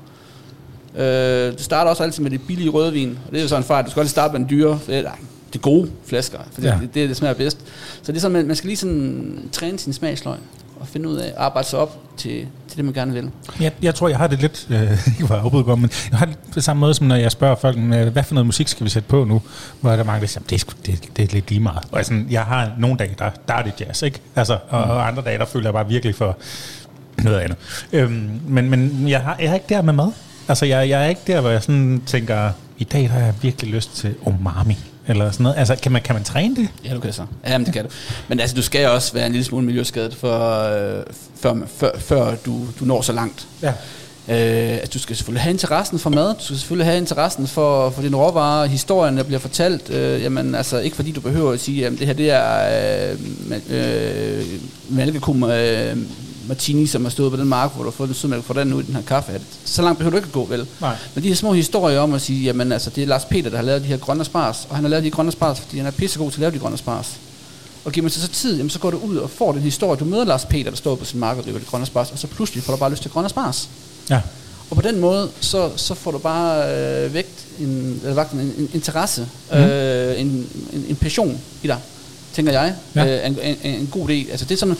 Øh, det starter også altid med det billige rødvin, og det er jo sådan en fejl. Du skal også starte med en dyre, eller det gode flasker, for ja. det, det, det smager bedst. Så det er sådan, man, man skal lige sådan træne sin smagsløg og finde ud af at arbejde sig op til, til det, man gerne vil. Jeg, jeg tror, jeg har det lidt, øh, ikke var opudgået, men jeg har det på samme måde, som når jeg spørger folk, hvad for noget musik skal vi sætte på nu? Hvor der mange, der siger, det er, sgu, det, det er lidt lige meget. Og sådan, jeg har nogle dage, der, der er det jazz, ikke? Altså, og, mm. og andre dage, der føler jeg bare virkelig for noget andet. Øhm, men men jeg, har, jeg er ikke der med mad. Altså, jeg, jeg er ikke der, hvor jeg sådan tænker, i dag der har jeg virkelig lyst til umami. Eller sådan noget. Altså, kan man, kan man træne det? Ja, du kan så. Ja, men det kan du. Men altså, du skal også være en lille smule miljøskadet, for, øh, før, før, før du, du når så langt. Ja. Øh, altså, du skal selvfølgelig have interessen for mad. Du skal selvfølgelig have interessen for, for dine råvarer, historien, der bliver fortalt. Øh, jamen, altså, ikke fordi du behøver at sige, at det her, det er øh, øh, mælkekum øh, martini, som har stået på den mark, hvor du har fået den sødmælk for den ud i den her kaffe. Så langt behøver du ikke at gå, vel? Nej. Men de her små historier om at sige, jamen altså, det er Lars Peter, der har lavet de her grønne spars, og han har lavet de grønne spars, fordi han er pissegod til at lave de grønne spars. Og giver man sig så tid, jamen, så går du ud og får den historie. Du møder Lars Peter, der står på sin mark og driver de grønne spars, og så pludselig får du bare lyst til grønne spars. Ja. Og på den måde, så, så får du bare øh, vægt en, eller en, en interesse, mm-hmm. øh, en, en, en passion i dig, tænker jeg. Ja. Øh, en, en, en god idé. Altså det er sådan,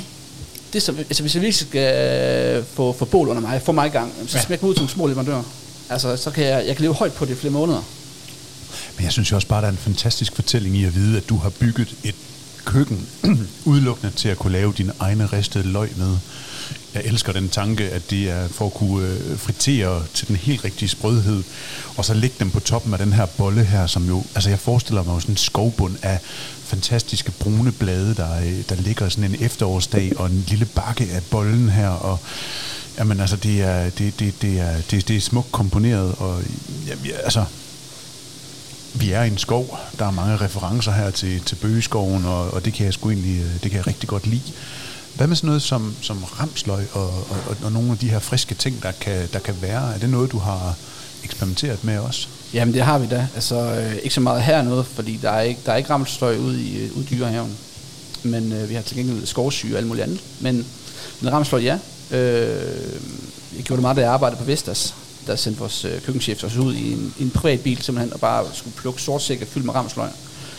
det så, altså hvis jeg virkelig skal få, få bål under mig, få mig i gang, så smæk mig ud som små leverandør. Altså, så kan jeg, jeg kan leve højt på det i flere måneder. Men jeg synes jo også bare, der er en fantastisk fortælling i at vide, at du har bygget et køkken udelukkende til at kunne lave dine egne ristede løg med. Jeg elsker den tanke, at det er for at kunne fritere til den helt rigtige sprødhed, og så lægge dem på toppen af den her bolle her, som jo, altså jeg forestiller mig jo sådan en skovbund af fantastiske brune blade, der, der ligger sådan en efterårsdag, og en lille bakke af bollen her, og jamen altså det er, det, det, det er, det, det er smukt komponeret, og ja, altså vi er i en skov, der er mange referencer her til, til bøgeskoven, og, og det kan jeg sgu egentlig, det kan jeg rigtig godt lide. Hvad med sådan noget som, som ramsløg og, og, og nogle af de her friske ting, der kan, der kan være? Er det noget, du har eksperimenteret med også? Jamen det har vi da. Altså øh, ikke så meget her noget, fordi der er ikke, der er ikke ramsløg ude i, ude i Dyrehaven. Men øh, vi har til gengæld skovsyge og alt muligt andet. Men, men ramsløg, ja. Øh, jeg gjorde det meget, da jeg arbejdede på Vestas. Der sendte vores øh, køkkenchef os ud i en, en privat bil simpelthen, og bare skulle plukke sortsække fyldt med ramsløg.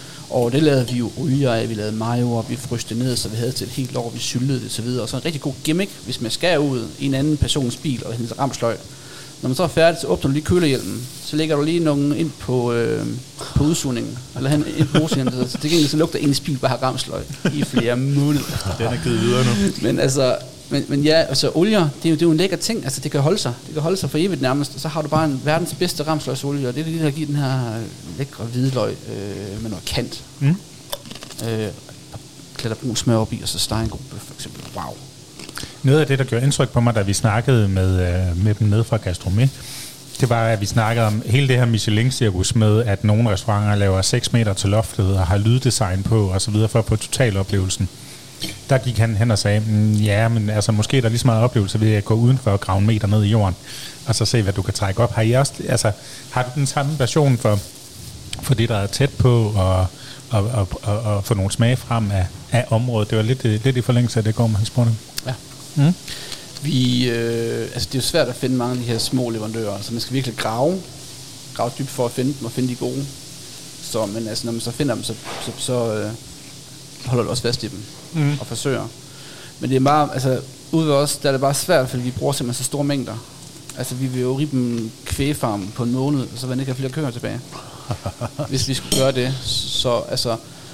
Og det lavede vi jo ryger af, vi lavede mayo, og vi frøste ned, så vi havde til et helt år, vi syltede det, så videre. Og så en rigtig god gimmick, hvis man skal ud i en anden persons bil og hente ramsløg. Når man så er færdig, så åbner du lige kølerhjelmen, så lægger du lige nogen ind på, øh, på udsugningen, eller hen ind på udsugningen, så det gengæld så lugter ens bil bare har ramsløg i flere måneder. Den er givet videre nu. Men altså, men, men ja, altså olier, det er, jo, det er jo en lækker ting, altså det kan holde sig, det kan holde sig for evigt nærmest, og så har du bare en verdens bedste ramsløgsolie, og det er det, der giver den her lækre hvidløg øh, med noget kant. Mm. Øh, klæder brun smør op i, og så stege en god bøf for eksempel. Wow. Noget af det, der gjorde indtryk på mig, da vi snakkede med, øh, med dem nede fra Gastronomé, det var, at vi snakkede om hele det her Michelin-cirkus med, at nogle restauranter laver seks meter til loftet og har lyddesign på og så videre for at få totaloplevelsen. Der gik han hen og sagde, ja, men altså måske er der lige så meget oplevelse ved at gå udenfor og grave en meter ned i jorden, og så se, hvad du kan trække op. Har I også, altså, har du den samme version for, for det, der er tæt på, og, og, og, og, og få nogle smage frem af, af området? Det var lidt, lidt i forlængelse af det, går med hans spurgte. Ja. Mm. Vi, øh, altså det er jo svært at finde mange af de her små leverandører, altså man skal virkelig grave, grave dybt for at finde dem og finde de gode. Så, men altså når man så finder dem, så, så, så øh, holder du også fast i dem mm. og forsøger. Men det er bare, altså ude ved os, der er det bare svært, fordi vi bruger simpelthen så store mængder. Altså vi vil jo ribbe en kvægefarm på en måned, så vil man ikke have flere køer tilbage. Hvis vi skulle gøre det, så altså,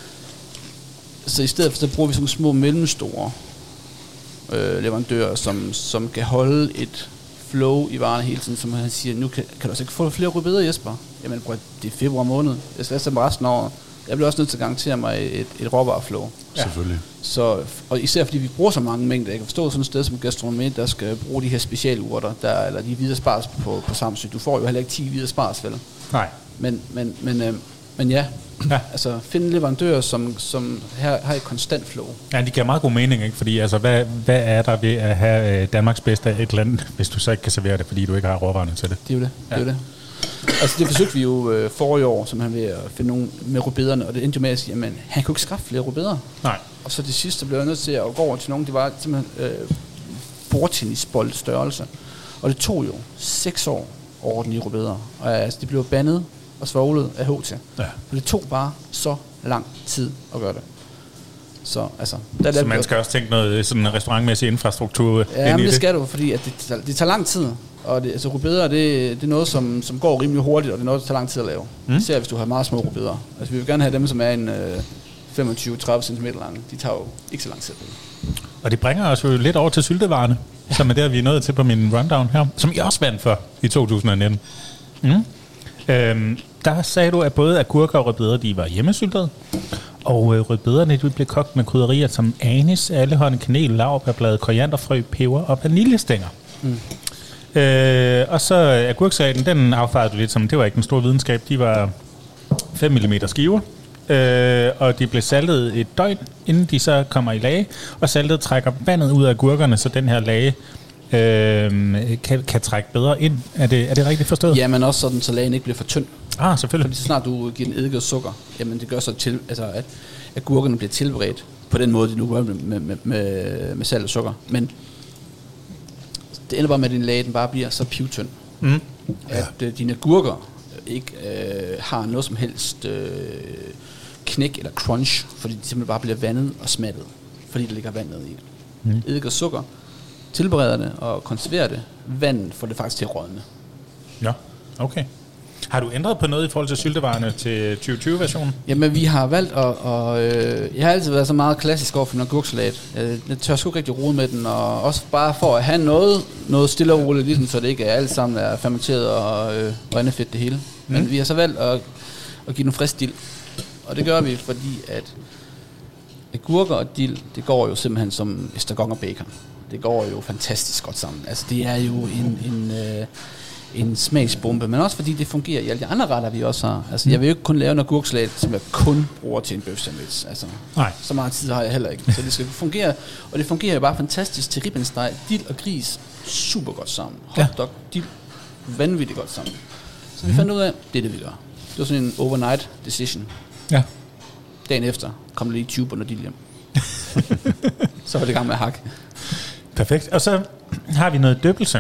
så i stedet for, så bruger vi sådan små mellemstore øh, leverandører, som, som kan holde et flow i varerne hele tiden, som han siger, nu kan, kan du altså ikke få flere rødbeder, Jesper? Jamen prøv, det er februar måned, jeg skal have resten af året. Jeg bliver også nødt til at garantere mig et, et råvareflow. Ja. Selvfølgelig. Så, og især fordi vi bruger så mange mængder. Jeg kan forstå sådan et sted som Gastronomé, der skal bruge de her specialurter, der, eller de hvide spars på, på Samsø. Du får jo heller ikke ti hvide spars, vel? Nej. Men, men, men, øh, men ja, Ja. Altså finde leverandører, som, som her har et konstant flow. Ja, de giver meget god mening, ikke? Fordi altså, hvad, hvad er der ved at have øh, Danmarks bedste af et eller andet, hvis du så ikke kan servere det, fordi du ikke har råvarerne til det? Det er jo det. Ja. Det er jo det. Altså det forsøgte vi jo øh, forrige år, som han ved at finde nogen med rødbederne, og det endte jo med at sige, jamen han kunne ikke skaffe flere rødbeder. Nej. Og så det sidste blev jeg nødt til at gå over til nogen, det var simpelthen øh, bordtennisbold størrelse. Og det tog jo seks år over den i rødbeder. Og altså, det blev bandet og svoglet af H T. Ja. Og det tog bare så lang tid at gøre det. Så, altså, der, Så man skal også tænke noget sådan restaurantmæssig infrastruktur ja, ind men i det det. skal du, fordi at det, det tager lang tid. Og det, altså rødbeder, det, det er noget, som, som går rimelig hurtigt, og det er noget, der tager lang tid at lave. Mm. Især hvis du har meget små rødbeder. Altså vi vil gerne have dem, som er en øh, femogtyve til tredive centimeter lange. De tager jo ikke så lang tid. Og det bringer os jo lidt over til syltevarerne, ja. Som er der, vi er nået til på min rundown her, som I også vandt for i to tusind nitten. Mm. Øhm, der sagde du, at både agurker og rødbeder, de var hjemmesyltede, og øh, rødbederne, de blev kogt med krydderier som anis, allehånde, kanel, laurbærblad, korianderfrø, peber og vaniljestænger. Mm. Øh, og så agurksaten, den affejede du lidt som, det var ikke en stor videnskab, de var fem millimeter skiver. Øh, og de blev saltet et døgn, inden de så kommer i lage, og saltet trækker vandet ud af agurkerne, så den her lage øh, kan, kan trække bedre ind. Er det, er det rigtigt forstået? Ja, men også sådan, så lagen ikke bliver for tynd. Ah, selvfølgelig. Fordi så snart du giver den eddike og sukker, jamen det gør så til, altså, at agurkerne bliver tilberedt på den måde, de nu gør med, med, med, med salt og sukker. Men det ender bare med, at din lage den bare bliver så pivtynd, mm. at ja. øh, dine agurker ikke øh, har noget som helst øh, knæk eller crunch, fordi de simpelthen bare bliver vandet og smattet, fordi der ligger vand nede i det. Mm. Eddike og sukker tilbereder det og konserverer det. Vandet får det faktisk til at rådne. Ja, okay. Har du ændret på noget i forhold til syltevarerne til tyve tyve-versionen? Jamen, vi har valgt at... Og, øh, jeg har altid været så meget klassisk over for en agurksalat. Jeg, jeg tør sgu ikke rigtig rode med den, og også bare for at have noget, noget stille og roligt i den, så det ikke er alt sammen er fermenteret og øh, rønnefedt det hele. Mm. Men vi har så valgt at, at give den frisk dild. Og det gør vi, fordi at agurker og dild, det går jo simpelthen som estragon og bacon. Det går jo fantastisk godt sammen. Altså, det er jo en... en øh, en smagsbombe, men også fordi det fungerer i alle de andre retter, vi også har. Altså, jeg vil jo ikke kun lave en agurksalat, som jeg kun bruger til en bøf sandwich. Altså, nej. Så meget tid har jeg heller ikke. Så det skal fungere, og det fungerer jo bare fantastisk til ribbensteg, dild og gris, super godt sammen. Hotdog, ja. Dild, vanvittigt godt sammen. Så vi mm. fandt ud af, det er det, vi gør. Det var sådan en overnight decision. Ja. Dagen efter kom der lige tyve bunder dild hjem. Så var det i gang med at hakke. Perfekt. Og så har vi noget døbelse.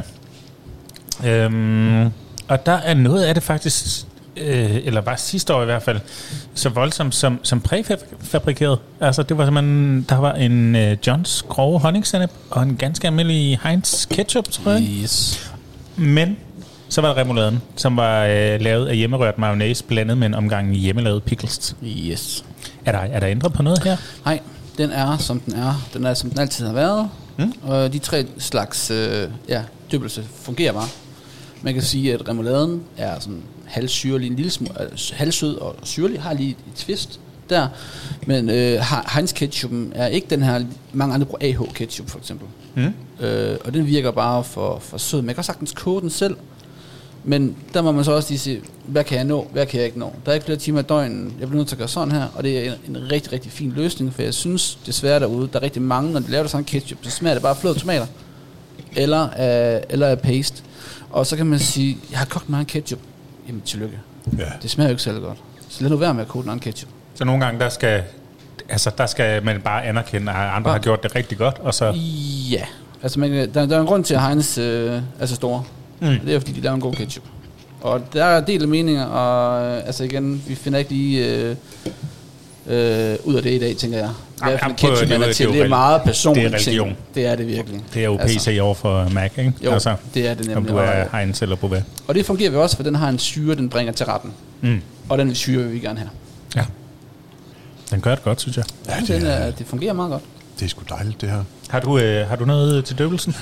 Øhm, og der er noget af det faktisk, øh, eller var sidste år i hvert fald, så voldsomt som, som præfabrikeret. Altså det var simpelthen, der var en øh, Johns grove honningsennep og en ganske almindelig Heinz ketchup, tror jeg. Yes. Men så var der remouladen, som var øh, lavet af hjemmerørt mayonnaise, blandet med en omgang hjemmelavet pickles. Yes. Er der, er der ændret på noget her? Nej, den er som den er. Den er som den altid har været. Mm. Og de tre slags øh, ja, døbelse fungerer bare. Man kan sige, at remouladen er sådan halvsyrlig, en lille smule, halvsød og syrlig, har lige et twist der. Men øh, Heinz ketchupen er ikke den her, mange andre bruger A H ketchup for eksempel. Mm. Øh, og den virker bare for, for sød. Man kan også sagtens koge den selv. Men der må man så også lige sige, hvad kan jeg nå, hvad kan jeg ikke nå. Der er ikke flere timer i døgnen, jeg bliver nødt til at gøre sådan her, og det er en, en rigtig, rigtig fin løsning, for jeg synes desværre derude, der er rigtig mange, når de laver sådan en ketchup, så smager det bare af flåede tomater, eller af, eller af paste. Og så kan man sige, jeg har kogt meget ketchup. Jamen, tillykke. Ja. Det smager jo ikke særlig godt. Så lad nu være med at koge den ketchup. Så nogle gange, der skal, altså, der skal man bare anerkende, at andre ja. har gjort det rigtig godt, og så... Ja. Altså, man, der, der er en grund til, at Heinz øh, er så store. Mm. Det er fordi, de laver en god ketchup. Og der er del af meninger, og øh, altså igen, vi finder ikke lige øh, øh, ud af det i dag, tænker jeg. I hvert fald ketchup er til, det er meget personligt. Det er religion. Ting. Det er det virkelig. Det er jo altså, P C over for Mac, ikke? Jo, altså, det er det nemlig. Om du er Heinz eller Beauvais. Og det fungerer vi også, for den har en syre, den bringer til retten. Mm. Og den syre vil vi gerne have. Ja. Den gør det godt, synes jeg. Ja, det, den er, det fungerer meget godt. Det er sgu dejligt, det her. Har du, øh, har du noget til døbelsen?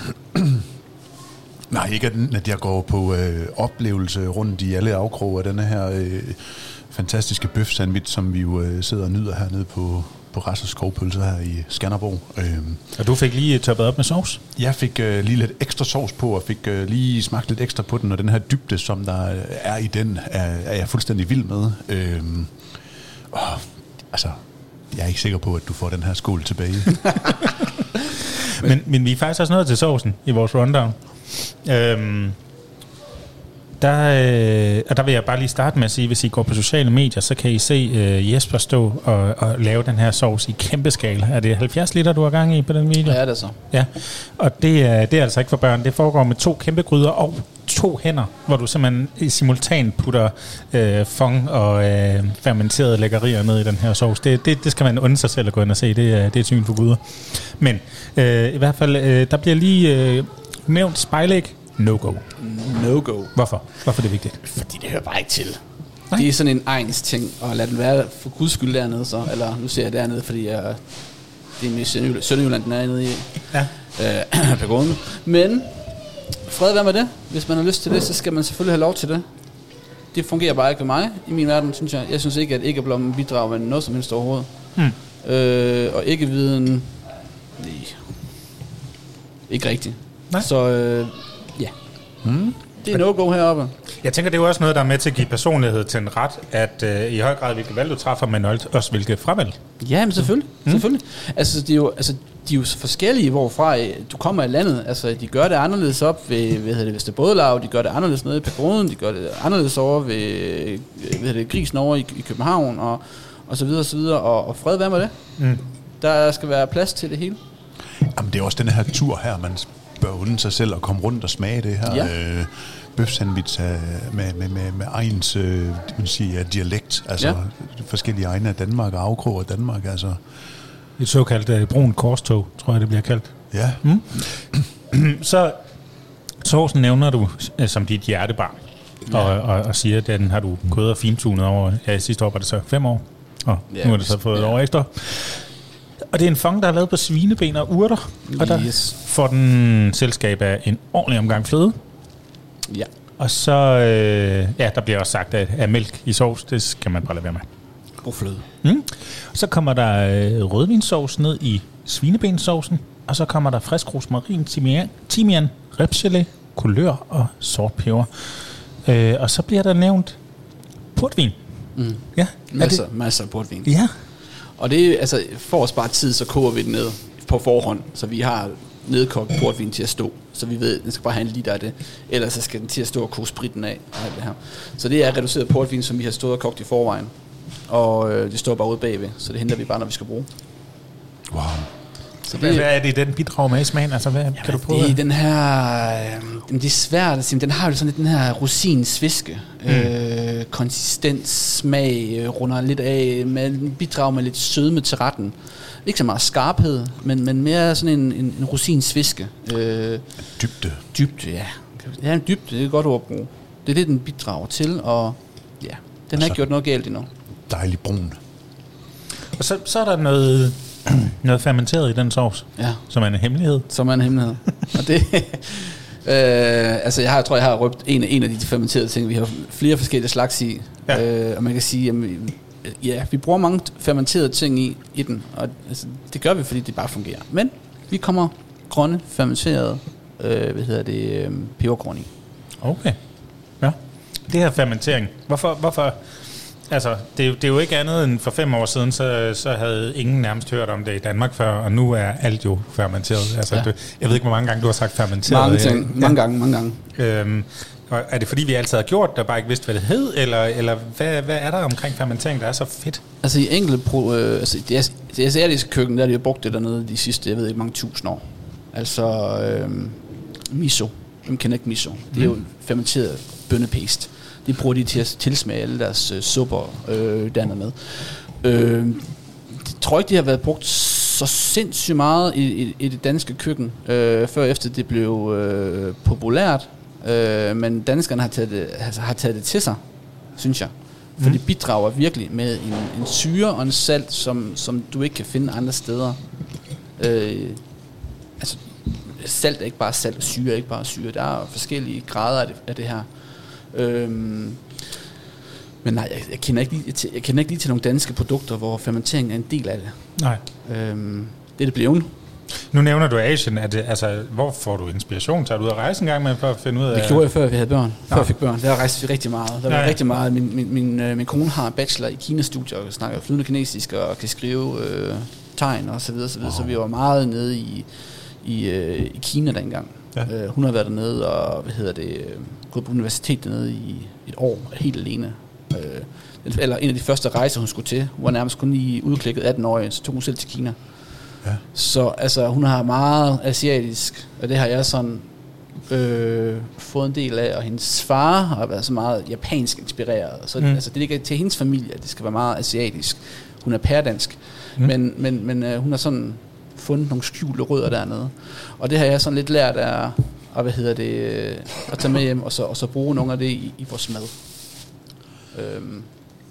Nej, ikke at jeg går på øh, oplevelse rundt i alle afkroge af denne her øh, fantastiske bøf-sandwich, som vi jo øh, sidder og nyder hernede på, på Rassers Skovpølse her i Skanderborg. Øh, og du fik lige toppet op med sovs? Jeg fik øh, lige lidt ekstra sovs på, og fik øh, lige smagt lidt ekstra på den, og den her dybde, som der er i den, er, er jeg fuldstændig vild med. Øh, Oh, altså, jeg er ikke sikker på, at du får den her skål tilbage. men, men vi er faktisk også nået til sovsen i vores rundown. Øhm, der, øh, og der vil jeg bare lige starte med at sige, hvis I går på sociale medier, så kan I se øh, Jesper stå og, og lave den her sovs i kæmpe skala. Er det halvfjerds liter, du har gang i på den video? Ja, det er så. Ja, og det er, det er altså ikke for børn. Det foregår med to kæmpe gryder og to hænder, hvor du simpelthen simultant putter øh, fong og øh, fermenterede lækkerier ned i den her sovs. Det, det, det skal man unde sig selv at gå ind og se. Det er, det er et syn for guder. Men øh, i hvert fald, øh, der bliver lige øh, nævnt spejlæg. No-go. No-go. Hvorfor? Hvorfor er det vigtigt? Fordi det hører bare ikke til. Nej. Det er sådan en egns ting, og lad den være for guds skyld dernede så. Eller nu ser jeg dernede, fordi jeg, det er med Sønderjylland, den er nede i. Ja. Øh, på grunden. Men fred være med det. Hvis man har lyst til det, så skal man selvfølgelig have lov til det. Det fungerer bare ikke ved mig. I min verden, synes jeg. Jeg synes ikke, at æggeblommen bidrager med noget som helst overhovedet. Hmm. Øh, og æggeviden... Nej. Ikke rigtigt. Nej. Så øh, ja. Hmm. Det er no-go heroppe. Jeg tænker, det er jo også noget, der er med til at give personlighed til en ret, at øh, i høj grad, hvilke valg du træffer, men også hvilke fravalg. Ja, men selvfølgelig. Mm. selvfølgelig. Altså, det er jo, altså, de er jo så forskellige, hvorfra du kommer i landet. Altså, de gør det anderledes op ved, ved det, Vesterbrødlav, de gør det anderledes nede i Pagoden, de gør det anderledes over ved, ved det, Grisen over i, i København, og, og så videre, og så videre. Og, og fred være med det. Mm. Der skal være plads til det hele. Jamen, det er også den her tur her, man bør unde sig selv at komme rundt og smage det her. Ja. Øh, bøfsandwich med, med, med, med egens øh, man siger, dialekt, altså ja. forskellige egne af Danmark og afkrog af Danmark. Altså. Et såkaldt øh, brun korstog, tror jeg, det bliver kaldt. Ja. Mm. Så sovsen nævner du øh, som dit hjertebarn, ja. og, og, og siger, at den har du gået og fintunet over, ja, sidste år var det så fem år, og ja, nu har det så fået ja. et år ekstra. Og det er en fong, der er lavet på svineben og urter, og der yes. får den selskab af en ordentlig omgang fløde. Ja. Og så, øh, ja, der bliver også sagt, at, at mælk i sovs, det skal man bare lade være med. God fløde. Mm. Så kommer der øh, rødvinssovs ned i svinebensovsen, og så kommer der frisk rosmarin, timian, timian ribsgelé, kulør og sort peber. Øh, og så bliver der nævnt portvin. Mm. Ja, masser, masser af portvin. Ja. Og det er, altså, for at spare tid, så koger vi den ned på forhånd, så vi har nedkogt portvin til at stå, så vi ved, at den skal bare have en liter af det, ellers så skal den til at stå og koge spritten af. Og alt det her. Så det er reduceret portvin, som vi har stået og kogt i forvejen, og øh, det står bare ude bagved, så det henter vi bare, når vi skal bruge. Wow. Så hvad, hvad er det, den bidrager med i smagen? Altså, hvad, ja, kan du prøve? Det er den her, øh, det er svært at sige, den har jo sådan lidt den her rosinsviske, mm. øh, konsistens, smag, øh, runder lidt af, men bidrager med lidt sødme til retten. Ikke så meget skarphed, men, men mere sådan en, en, en rosinsviske. Øh, dybde. Dybde, ja. Ja, en dybde, det er et godt ord at bruge. Det er det, den bidrager til, og ja, den altså, har ikke gjort noget galt endnu. Dejlig brun. Og så, så er der noget... noget fermenteret i den sovs, ja. som er en hemmelighed. Som er en hemmelighed. Og det, øh, altså jeg, har, jeg tror, jeg har røbt en af, en af de fermenterede ting. Vi har flere forskellige slags i. Ja. Øh, og man kan sige, jamen, ja, vi bruger mange fermenterede ting i, i den. Og altså, det gør vi, fordi det bare fungerer. Men vi kommer grønne, fermenterede, øh, hvad hedder det, øh, peberkorn i. Okay. Ja. Det her fermentering, hvorfor... hvorfor Altså, det er, jo, det er jo ikke andet end for fem år siden, så, så havde ingen nærmest hørt om det i Danmark før, og nu er alt jo fermenteret. Altså, ja. du, jeg ved ikke, hvor mange gange du har sagt fermenteret. Mange ting. Ja. Mange gange, mange gange. Øhm, er det fordi, vi altid har gjort det, og bare ikke vidste, hvad det hed, eller, eller hvad, hvad er der omkring fermentering, der er så fedt? Altså, i enkelte... Pro, øh, altså, det, det asiatiske køkken, der har de jo brugt det dernede de sidste, jeg ved ikke, mange tusind år. Altså, øh, miso. Hvem kender ikke miso? Det er jo fermenteret bønnepaste. De bruger de til at tilsmage alle deres øh, supper øh, dernede med. Øh, jeg tror ikke, de har været brugt så sindssygt meget i, i, i det danske køkken, øh, før efter det blev øh, populært. Øh, men danskerne har taget, det, altså, har taget det til sig, synes jeg. For mm. det bidrager virkelig med en, en syre og en salt, som, som du ikke kan finde andre steder. Øh, altså, salt er ikke bare salt, og syre er ikke bare syre. Der er forskellige grader af det, af det her. Øhm, men nej, jeg, jeg, kender ikke lige til, jeg kender ikke lige til nogle danske produkter, hvor fermentering er en del af det. Nej. Øhm, det er det blevet. Nu nævner du Asien. Er det, altså, hvor får du inspiration? Tager du ud at rejse en gang med for at finde ud af... Det gjorde jeg, før vi havde børn. Før jeg fik børn. Der rejste vi rigtig meget. Der var ja, ja. rigtig meget. Min, min, min, øh, min kone har bachelor i Kina-studier og snakker flydende kinesisk og kan skrive øh, tegn og så videre, så videre. Oh. Så vi var meget nede i, i, øh, i Kina dengang. Ja. Øh, hun har været dernede og, hvad hedder det, øh, gået på universitet dernede i et år, helt alene. Øh, eller en af de første rejser, hun skulle til. Hun var nærmest kun lige udklikket atten år, så tog hun selv til Kina. Ja. Så altså, hun har meget asiatisk, og det har jeg sådan øh, fået en del af, og hendes far har været så meget japansk inspireret. Så mm. altså, det ligger til hendes familie, at det skal være meget asiatisk. Hun er pærdansk, mm. men, men, men øh, hun har sådan fundet nogle skjulte rødder dernede. Og det har jeg sådan lidt lært af, af hvad hedder det, at tage med hjem, og så, og så bruge nogle af det i, i vores mad. Øhm,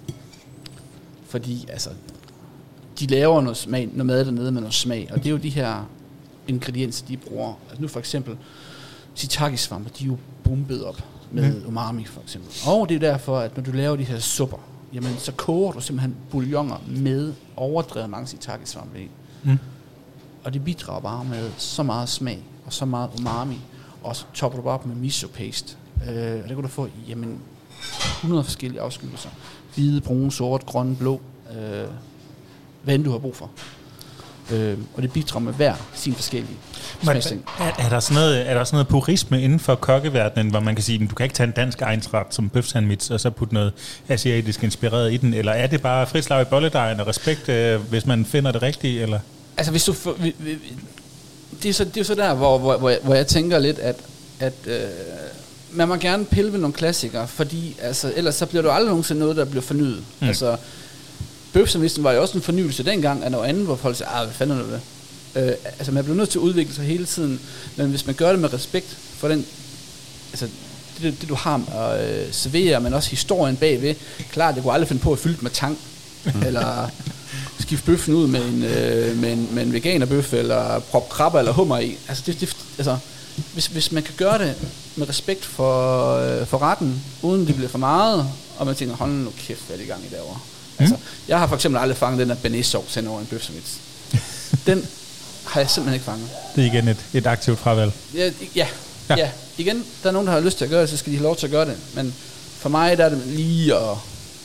fordi altså de laver noget, smag, noget mad dernede med noget smag, og det er jo de her ingredienser, de bruger. Altså nu for eksempel shiitake-svampe, de er jo bumpet op med mm. umami for eksempel. Og det er derfor, at når du laver de her supper, jamen så koger du simpelthen bouilloner med overdrevet mange shiitake-svampe i. Mm. Og det bidrager bare med så meget smag og så meget umami, og så topper du bare op med miso paste. Øh, og det kan du få, jamen, hundrede forskellige afskyggelser. Hvide, brune, sort, grønne, blå. Øh, hvad end du har brug for. Øh, og det bidrager med hver sin forskellige smagsting. Er, er, der sådan noget, er der sådan noget purisme inden for kokkeverdenen, hvor man kan sige, at du kan ikke tage en dansk egnsret som bøfsandwich, og så putte noget asiatisk inspireret i den? Eller er det bare frit slag i bolledejen og respekt, øh, hvis man finder det rigtige? Eller? Altså, hvis du... For, vi, vi, det er så, det er så der, hvor, hvor, hvor, jeg, hvor jeg tænker lidt, at... at øh, man må gerne pille ved nogle klassikere, fordi altså, ellers så bliver det jo aldrig nogensinde noget, der bliver fornyet. Mm. Altså, bøfsandwichen var jo også en fornyelse dengang af noget andet, hvor folk siger, ah, hvad fanden er det? Øh, altså, man bliver nødt til at udvikle sig hele tiden, men hvis man gør det med respekt for den, altså, det, det du har at øh, servere, men også historien bagved, klart, det kunne aldrig finde på at fylde med tang, eller skifte bøffen ud med en, øh, med en, med en veganerbøf, eller prop krabber eller hummer i. Altså, det, det, altså Hvis, hvis man kan gøre det med respekt for, øh, for retten, uden det bliver for meget, og man tænker, hold nu kæft, hvad er det i gang i derovre. Mm. Altså, jeg har for eksempel aldrig fanget den der bearnaise-sovs hen over en bøfsandwich. Den har jeg simpelthen ikke fanget. Det er igen et, et aktivt fravalg. Ja, ja, ja. ja, igen, der er nogen, der har lyst til at gøre det, så skal de have lov til at gøre det. Men for mig der er det lige at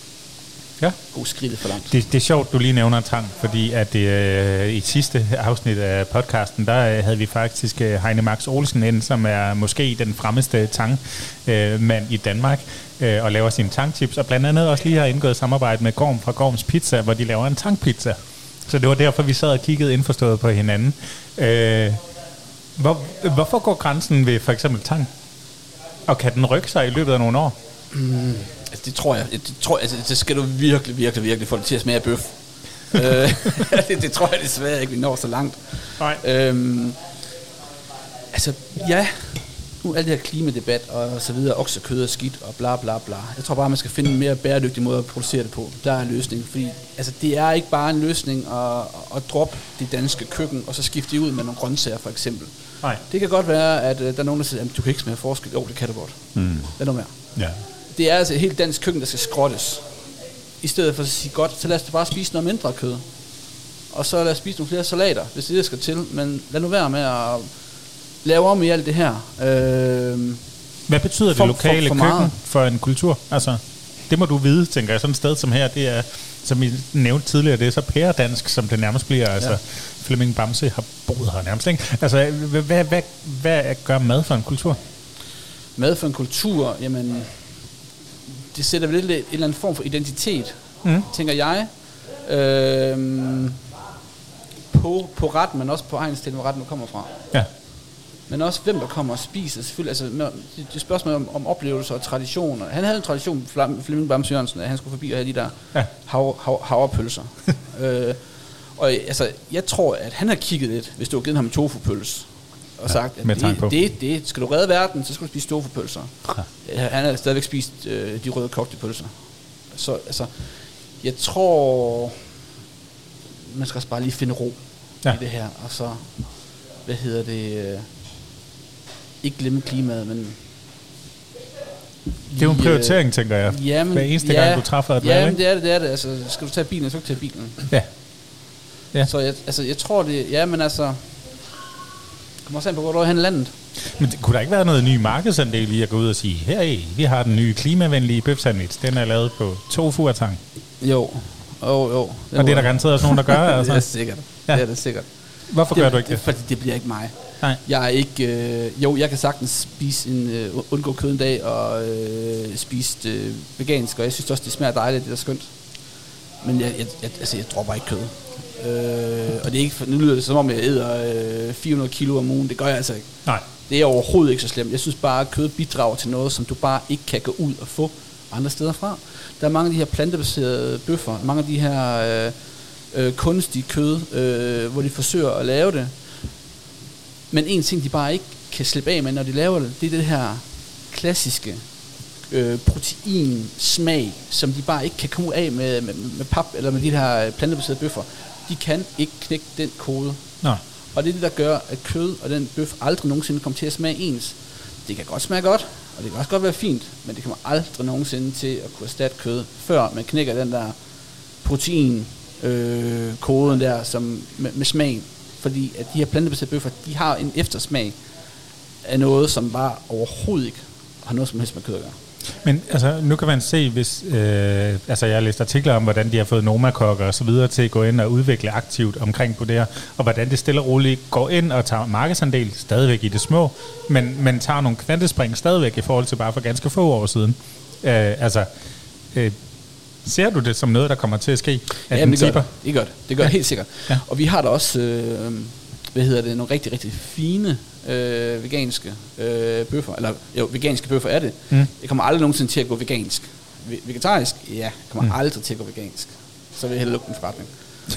ja. gå skridtet for langt. Det, det er sjovt, du lige nævner tang, fordi at øh, i sidste afsnit af podcasten, der øh, havde vi faktisk øh, Heine Max Olsen ind, som er måske den fremmeste tangmand øh, i Danmark, øh, og laver sine tangchips, og blandt andet også lige har indgået samarbejde med Gorm fra Gorms Pizza, hvor de laver en tangpizza. Så det var derfor, vi sad og kiggede indforstået på hinanden. Øh, hvor, hvorfor går grænsen ved for eksempel tang? Og kan den rykke sig i løbet af nogle år? Mm. Altså, det tror jeg, det, tror, altså, det skal du virkelig, virkelig, virkelig få det til at smage af bøf. øh, det, det tror jeg desværre ikke, vi når så langt. Nej. Øhm, altså, ja, nu alt det her klimadebat og så videre, oksekød og skidt og bla bla bla. Jeg tror bare, man skal finde en mere bæredygtig måde at producere det på. Der er en løsning, fordi altså, det er ikke bare en løsning at, at droppe det danske køkken, og så skifte det ud med nogle grøntsager, for eksempel. Nej. Det kan godt være, at uh, der er nogen, der siger, at du kan ikke smage forskel. Jo, det kan du godt. Mm. Lad nu mere. Ja. Det er altså et helt dansk køkken, der skal skrottes. I stedet for at sige, godt, så lad os bare spise noget mindre kød. Og så lad os spise nogle flere salater, hvis det er, der skal til. Men lad nu være med at lave om i alt det her. Øh, Hvad betyder for, det lokale for, for køkken for en kultur? Altså, det må du vide, tænker jeg. Sådan et sted som her, det er, som I nævnte tidligere, det er så pæredansk, som det nærmest bliver. Altså, ja. Flemming Bamse har boet her nærmest, ikke? Altså, hvad, hvad, hvad, hvad gør mad for en kultur? Mad for en kultur, jamen... det sætter vel en eller anden form for identitet, mm. tænker jeg, øhm, på, på retten, men også på egenstillingen, hvor retten kommer fra. Ja. Men også hvem der kommer og spiser, selvfølgelig. Altså, det er spørgsmål om, om oplevelser og traditioner. Han havde en tradition, Flemming Bamse Jørgensen, at han skulle forbi og have de der ja. hav, hav, havrepølser. øh, og altså, jeg tror, at han har kigget lidt, hvis du har givet ham en tofupølse, og sagt, at ja, det, det, det, skal du redde verden, så skal du spise tofupølser. Ja. Han har stadigvæk spist øh, de røde kogte pølser. Så altså, jeg tror, man skal bare lige finde ro ja. i det her, og så, hvad hedder det, øh, ikke glemme klimaet, men... Det er jo en prioritering, øh, tænker jeg. Jamen, hver eneste ja, gang, du træffer et valg. Jamen, det er det, det er det. Altså, skal du tage bilen, så skal du tage bilen. Ja. ja. Så jeg, altså, jeg tror det, ja, men altså... kommer også an på, hvor du er hen i landet. Men kunne der ikke være noget ny markedsandel i at gå ud og sige, hey, vi har den nye klimavenlige bøfsandwich, den er lavet på tofu-tang? Jo, jo, jo. Og det er der garanteret også nogen, der gør, altså? Det er sikkert, ja. Det er det sikkert. Hvorfor det, gør du ikke det? Fordi det bliver ikke mig. Nej. Jeg er ikke, øh, jo, jeg kan sagtens spise en, øh, undgå kød en dag og øh, spise øh, vegansk, og jeg synes også, det smager dejligt, det er skønt. Men jeg, jeg, jeg, altså, jeg dropper ikke kød. Øh, og det er ikke, nu lyder det som om, jeg æder øh, fire hundrede kilo om ugen. Det gør jeg altså ikke. Nej. Det er overhovedet ikke så slemt. Jeg synes bare, at kød bidrager til noget, som du bare ikke kan gå ud og få andre steder fra. Der er mange af de her plantebaserede bøffer, mange af de her øh, øh, kunstige kød, øh, hvor de forsøger at lave det. Men en ting, de bare ikke kan slippe af med, når de laver det, det er det her klassiske øh, proteinsmag, som de bare ikke kan komme ud af med, med, med pap eller med de her plantebaserede bøffer. De kan ikke knække den kode. Nej. Og det er det, der gør, at kød og den bøf aldrig nogensinde kommer til at smage ens. Det kan godt smage godt, og det kan også godt være fint, men det kommer aldrig nogensinde til at kunne erstatte kød, før man knækker den der protein-koden øh, der som med, med smagen. Fordi at de her plantebaserede bøffer, de har en eftersmag af noget, som bare overhovedet ikke har noget som helst med kød at gøre. Men altså, nu kan man se, hvis øh, altså jeg har læst artikler om, hvordan de har fået Nomakokker og så videre til at gå ind og udvikle aktivt omkring på det her, og hvordan det stille og roligt går ind og tager markedsandel stadigvæk i det små, men, men tager nogle kvantespring stadigvæk i forhold til bare for ganske få år siden. Øh, altså, øh, ser du det som noget, der kommer til at ske? Ja, det gør det. Det gør det. Det gør ja. helt sikkert. Ja. Og vi har da også, øh, hvad hedder det, nogle rigtig, rigtig fine øh, veganske øh, bøffer. Eller jo, veganske bøffer er det. Mm. Det kommer aldrig nogensinde til at gå vegansk. Vegetarisk? Ja, det kommer mm. aldrig til at gå vegansk. Så vil jeg hellere lukke den forretning.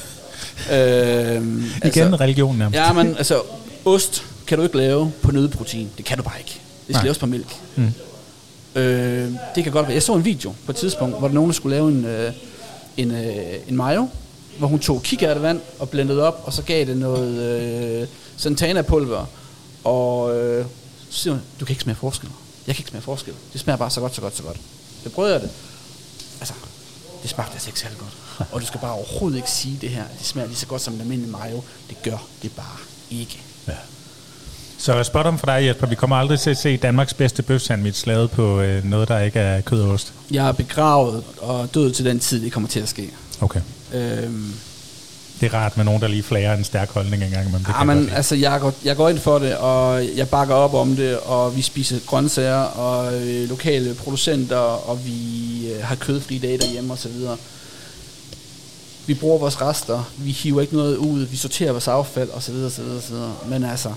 øh, altså, Igen religion nærmest. Ja, men altså, ost kan du ikke lave på nøddeprotein. Det kan du bare ikke. Det skal laves på mælk. Mm. Øh, det kan godt være. Jeg så en video på et tidspunkt, hvor der nogen der skulle lave en, øh, en, øh, en mayo, hvor hun tog kikærtevand og blendede op, og så gav det noget øh, Santana-pulver. Og øh, så siger hun, du kan ikke smage forskel. Jeg kan ikke smage forskel. Det smager bare så godt, så godt, så godt. Det prøvede jeg det. Altså, det smagte altså ikke særlig godt. Og du skal bare overhovedet ikke sige det her. Det smager lige så godt som en almindelig mayo. Det gør det bare ikke. Ja. Så spot om for dig, Jesper. Vi kommer aldrig til at se Danmarks bedste bøfsandwich lavet på øh, noget, der ikke er kød og ost. Jeg er begravet og død til den tid, det kommer til at ske. Okay. Øhm. Det er rart med nogen, der lige flager en stærk holdning engang. Men det ja, men altså, jeg går, jeg går ind for det, og jeg bakker op om det, og vi spiser grøntsager og øh, lokale producenter, og vi øh, har kødfri dage derhjemme osv. Vi bruger vores rester, vi hiver ikke noget ud, vi sorterer vores affald osv. osv., osv. Men altså...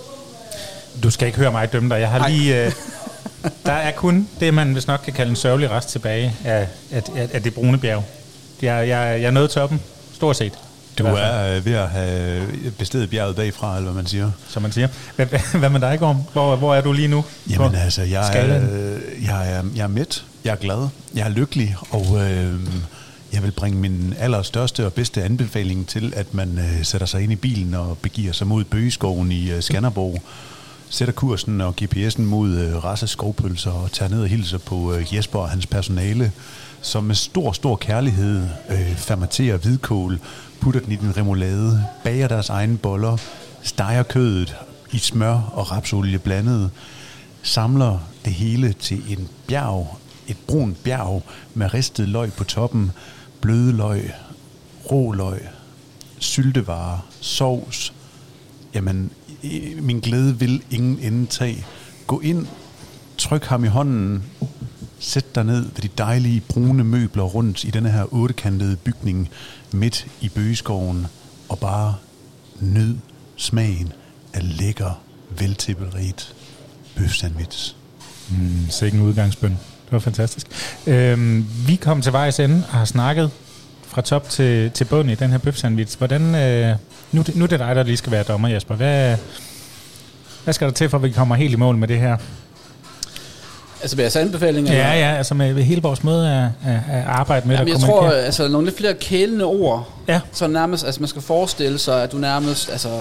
Du skal ikke høre mig dømme dig. Jeg har lige... Øh, der er kun det, man vist nok kan kalde en sørgelig rest tilbage af, af, af, af det brune bjerg. Jeg, jeg, jeg nåede toppen, stort set. Du er ved at have bestedet bjerget bagfra, eller hvad man siger. Som man siger. Hvad, hvad med dig, Gorm? Hvor, hvor er du lige nu? Jamen altså, jeg er, jeg, er, jeg er mæt, jeg er glad, jeg er lykkelig, og øh, jeg vil bringe min allerstørste og bedste anbefaling til, at man øh, sætter sig ind i bilen og begiver sig mod Bøgeskoven i øh, Skanderborg, sætter kursen og G P S'en mod øh, Rasses skovpølser og tager ned og hilser på øh, Jesper og hans personale, som med stor, stor kærlighed øh, fermenterer hvidkål, putter den i den remoulade, bager deres egne boller, steger kødet i smør og rapsolie blandet, samler det hele til en bjerg, et brunt bjerg med ristet løg på toppen, bløde løg, rå løg, syltevarer, sovs. Jamen, min glæde vil ingen ende tage. Gå ind, tryk ham i hånden, sæt dig ned ved de dejlige brune møbler rundt i denne her ottekantede bygning midt i Bøgeskoven og bare nyd smagen af lækker, veltilberedt bøfsandwich. Mm, sikke en udgangsbøn. Det var fantastisk. Øhm, vi kom til vejs ende og har snakket fra top til, til bund i den her bøfsandwich. Hvordan, øh, nu, nu er det dig, der lige skal være dommer, Jesper. Hvad, hvad skal der til, for at vi kommer helt i mål med det her? Altså med altså anbefalinger? Ja, ja, altså med hele vores måde at, at, at arbejde med. Jamen, jeg tror, altså nogle lidt flere kælende ord. Ja. Så nærmest, altså man skal forestille sig, at du nærmest, altså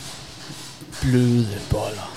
bløde boller,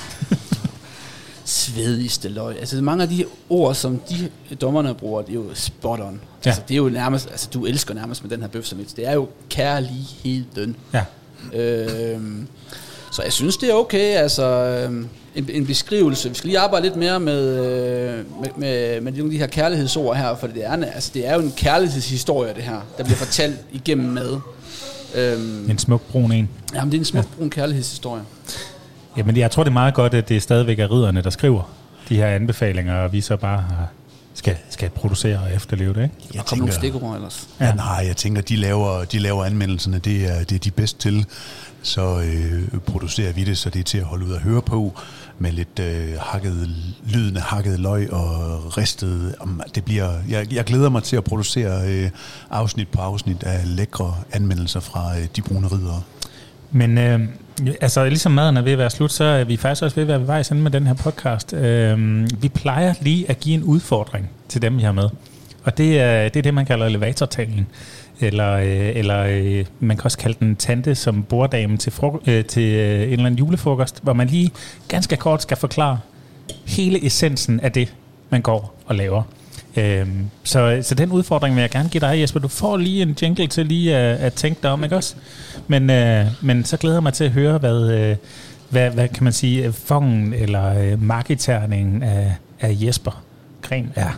svedigste løg. Altså mange af de ord, som de dommerne bruger, det er jo spot on. Ja. Altså det er jo nærmest, altså du elsker nærmest med den her bøfsandwich. Det er jo kærligheden. Ja. Øhm, Så jeg synes, det er okay, altså øh, en, en beskrivelse. Vi skal lige arbejde lidt mere med, øh, med, med, med de her kærlighedsord her, for det er, altså, det er jo en kærlighedshistorie, det her, der bliver fortalt igennem mad. Øhm, en smuk brun en. Jamen, det er en smuk brun kærlighedshistorie. Jamen, jeg tror, det er meget godt, at det stadigvæk er ridderne, der skriver de her anbefalinger, og vi så bare skal, skal producere og efterleve det, ikke? Jeg og komme nogle stikord ellers. Ja. Ja, nej, jeg tænker, de laver, de laver anmeldelserne, det er, det er de bedst til. Så øh, producerer vi det, så det er til at holde ud at høre på, med lidt øh, hakket, lydende hakket løg og ristet. Det bliver, jeg, jeg glæder mig til at producere øh, afsnit på afsnit af lækre anmeldelser fra øh, De Brune Riddere. Men øh, altså, ligesom maden er ved at være slut, så er vi faktisk også ved at være ved vej sådan med den her podcast. Øh, vi plejer lige at give en udfordring til dem, vi har med. Og det er det, er det man kalder elevatortalen. Eller, øh, eller øh, man kan også kalde den tante som borddame til, frok- øh, til øh, en eller anden julefrokost, hvor man lige ganske kort skal forklare hele essensen af det, man går og laver. Øh, så, så den udfordring vil jeg gerne give dig, Jesper. Du får lige en jingle til lige at, at tænke dig om, ikke også? Men, øh, men så glæder jeg mig til at høre, hvad, øh, hvad, hvad kan man sige, fongen eller øh, marketerningen af, af Jesper Gren er.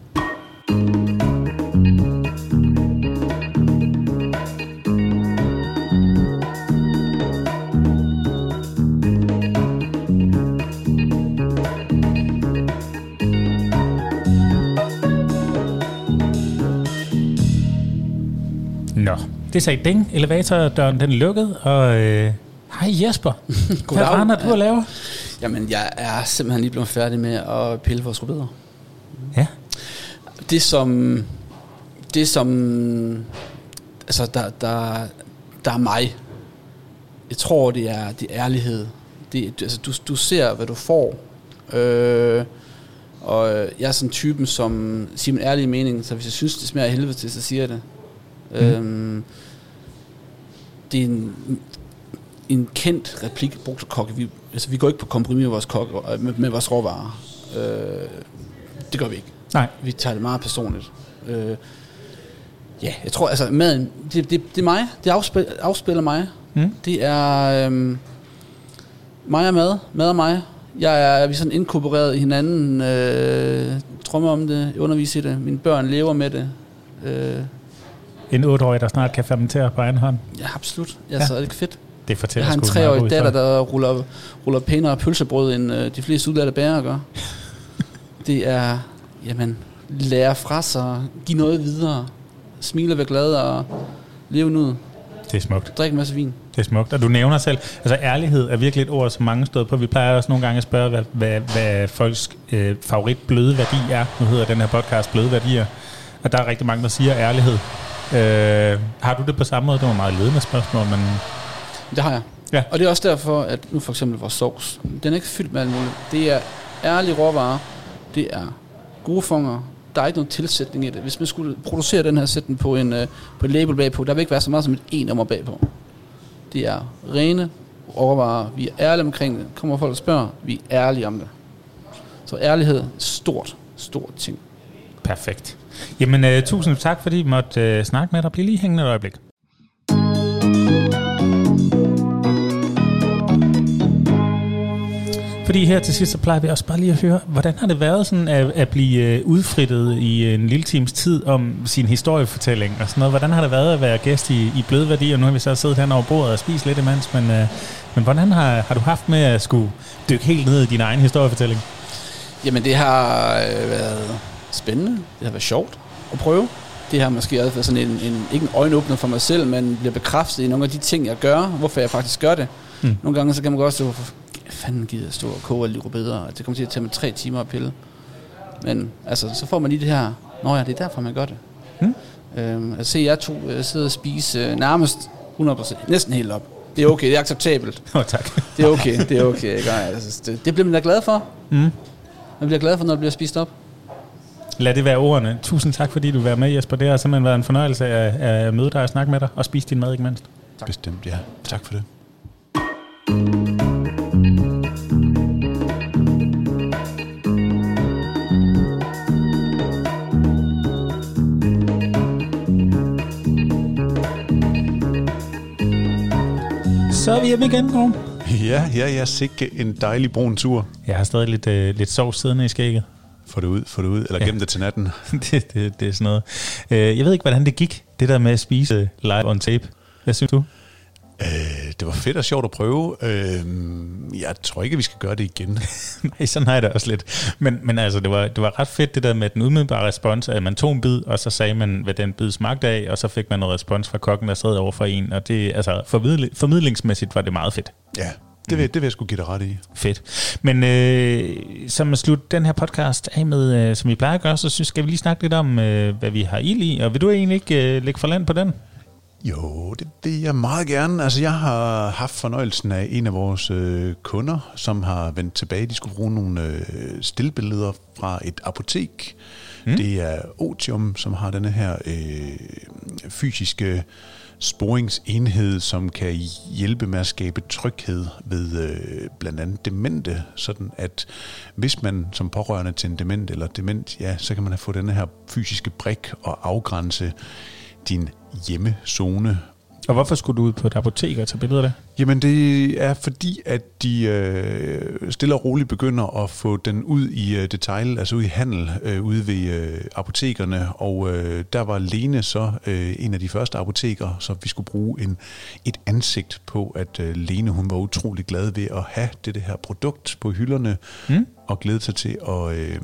Nå, det sagde ding. Elevatordøren den lukkede, og øh, hej Jesper. Hvad render du at lave? Jamen, jeg er simpelthen lige blevet færdig med at pille vores rødbeder. Ja. Det som, det som, altså der, der, der er mig. Jeg tror, det er, det er ærlighed. Det, altså, du, du ser, hvad du får. Øh, og jeg er sådan typen, som siger min ærlige mening, så hvis jeg synes, det smager af helvede til, så siger jeg det. Mm. Øhm, det er en, en kendt replik brugt af kokke. Vi, altså, vi går ikke på kompromis med vores, kokke, med, med vores råvarer. Øh, det gør vi ikke. Nej. Vi tager det meget personligt. Øh, ja, jeg tror, altså maden, det, det, det er mig. Det afspiller, afspiller mig. Mm. Det er øhm, mig og mad. Mad og mig. Jeg er, vi er sådan inkorporeret i hinanden. Øh, drømmer om det. Underviser i det. Mine børn lever med det. Øh, En otteårig, der snart kan fermentere på egen hånd. Ja, absolut. Ja, så er det ikke fedt. Det fortæller jeg har en treårig datter, der ruller, ruller pænere pølsebrød, end øh, de fleste udlærte bærere gør. Det er, jamen, lære fra sig, give noget videre, smile og være glad og leve nu. Det er smukt. Drik en masse vin. Det er smukt. Og du nævner selv, altså ærlighed er virkelig et ord, som mange stod på. Vi plejer også nogle gange at spørge, hvad, hvad, hvad folks øh, favorit bløde værdi er. Nu hedder den her podcast Bløde Værdier. Og der er rigtig mange, der siger ærlighed. Øh, har du det på samme måde? Det var et meget ledende spørgsmål, men... Det har jeg. Ja. Og det er også derfor, at nu for eksempel vores sovs, den er ikke fyldt med alt muligt. Det er ærlige råvarer. Det er gode fonger. Der er ikke nogen tilsætning i det. Hvis man skulle producere den her, sætte den på en, uh, på en label bagpå, der vil ikke være så meget som et e-nummer bagpå. Det er rene råvarer. Vi er ærlige omkring det. Kommer folk og spørger, vi er ærlige om det. Så ærlighed er stort, stort ting. Perfekt. Jamen, uh, tusind tak, fordi vi måtte uh, snakke med dig. Bliv lige hængende et øjeblik. Fordi her til sidst, så plejer vi også bare lige at høre, hvordan har det været sådan at, at blive udfrittet i en lille times tid om sin historiefortælling og sådan noget? Hvordan har det været at være gæst i, i Bløde Værdier? Nu har vi så siddet her over bordet og spist lidt imens, men, uh, men hvordan har, har du haft med at skulle dykke helt ned i din egen historiefortælling? Jamen, det har været spændende. Det har været sjovt at prøve. Det har måske også været sådan en, en, ikke en øjenåbner for mig selv, men bliver bekræftet i nogle af de ting, jeg gør, hvorfor jeg faktisk gør det. Mm. Nogle gange så kan man godt stå, hvorfor fanden gider jeg stå og koge alle de rødbeder, og det kommer til at tage mig tre timer at pille. Men altså, så får man lige det her, nå ja, det er derfor, man gør det. Mm. Øhm, at se jer to uh, sidde og spise uh, nærmest hundrede procent, næsten helt op. Det er okay, det er acceptabelt. Åh, oh, tak. Det er okay, det er okay. Ikke? Altså, det, det bliver man da glad for. Mm. Man bliver glad for, når det bliver spist op. Lad det være ordene. Tusind tak, fordi du var med, Jesper. Det har simpelthen været en fornøjelse at, at møde dig og snakke med dig, og spise din mad, ikke mindst. Tak. Bestemt, ja. Tak for det. Så er vi hjemme igen, Gorm. Ja, ja, jeg sikke en dejlig brun tur. Jeg har stadig lidt, øh, lidt sovs siddende i skægget. Få det ud, få det ud, eller gem ja. det til natten. det, det, det er sådan noget. Øh, jeg ved ikke, hvordan det gik, det der med at spise live on tape. Hvad synes du? Øh, det var fedt og sjovt at prøve. Øh, jeg tror ikke, vi skal gøre det igen. Nej, sådan har jeg det også lidt. Men, men altså, det var, det var ret fedt, det der med den umiddelbare respons, at man tog en bid, og så sagde man, hvad den bid smagte af, og så fik man noget respons fra kokken, der sad over for en. Og det, altså, formidl- formidlingsmæssigt var det meget fedt. Ja, det vil, det vil jeg sgu give dig ret i. Fedt. Men øh, som at slutte den her podcast af med, øh, som vi plejer at gøre, så synes, skal vi lige snakke lidt om, øh, hvad vi har ild i. Og vil du egentlig ikke øh, lægge for land på den? Jo, det vil jeg meget gerne. Altså, jeg har haft fornøjelsen af en af vores øh, kunder, som har vendt tilbage. De skulle bruge nogle øh, stillbilleder fra et apotek. Mm. Det er Otium, som har denne her øh, fysiske sporingsenhed, som kan hjælpe med at skabe tryghed ved øh, blandt andet demente, sådan at hvis man som pårørende til en dement eller dement, ja, så kan man have fået denne her fysiske brik og afgrænse din hjemmezone. Og hvorfor skulle du ud på et apotek og tage billeder af det? Jamen det er fordi, at de øh, stille og roligt begynder at få den ud i øh, detail, altså ud i handel, øh, ude ved øh, apotekerne. Og øh, der var Lene så øh, en af de første apoteker, så vi skulle bruge en, et ansigt på, at øh, Lene hun var utrolig glad ved at have det, det her produkt på hylderne, mm. og glæde sig til at Øh,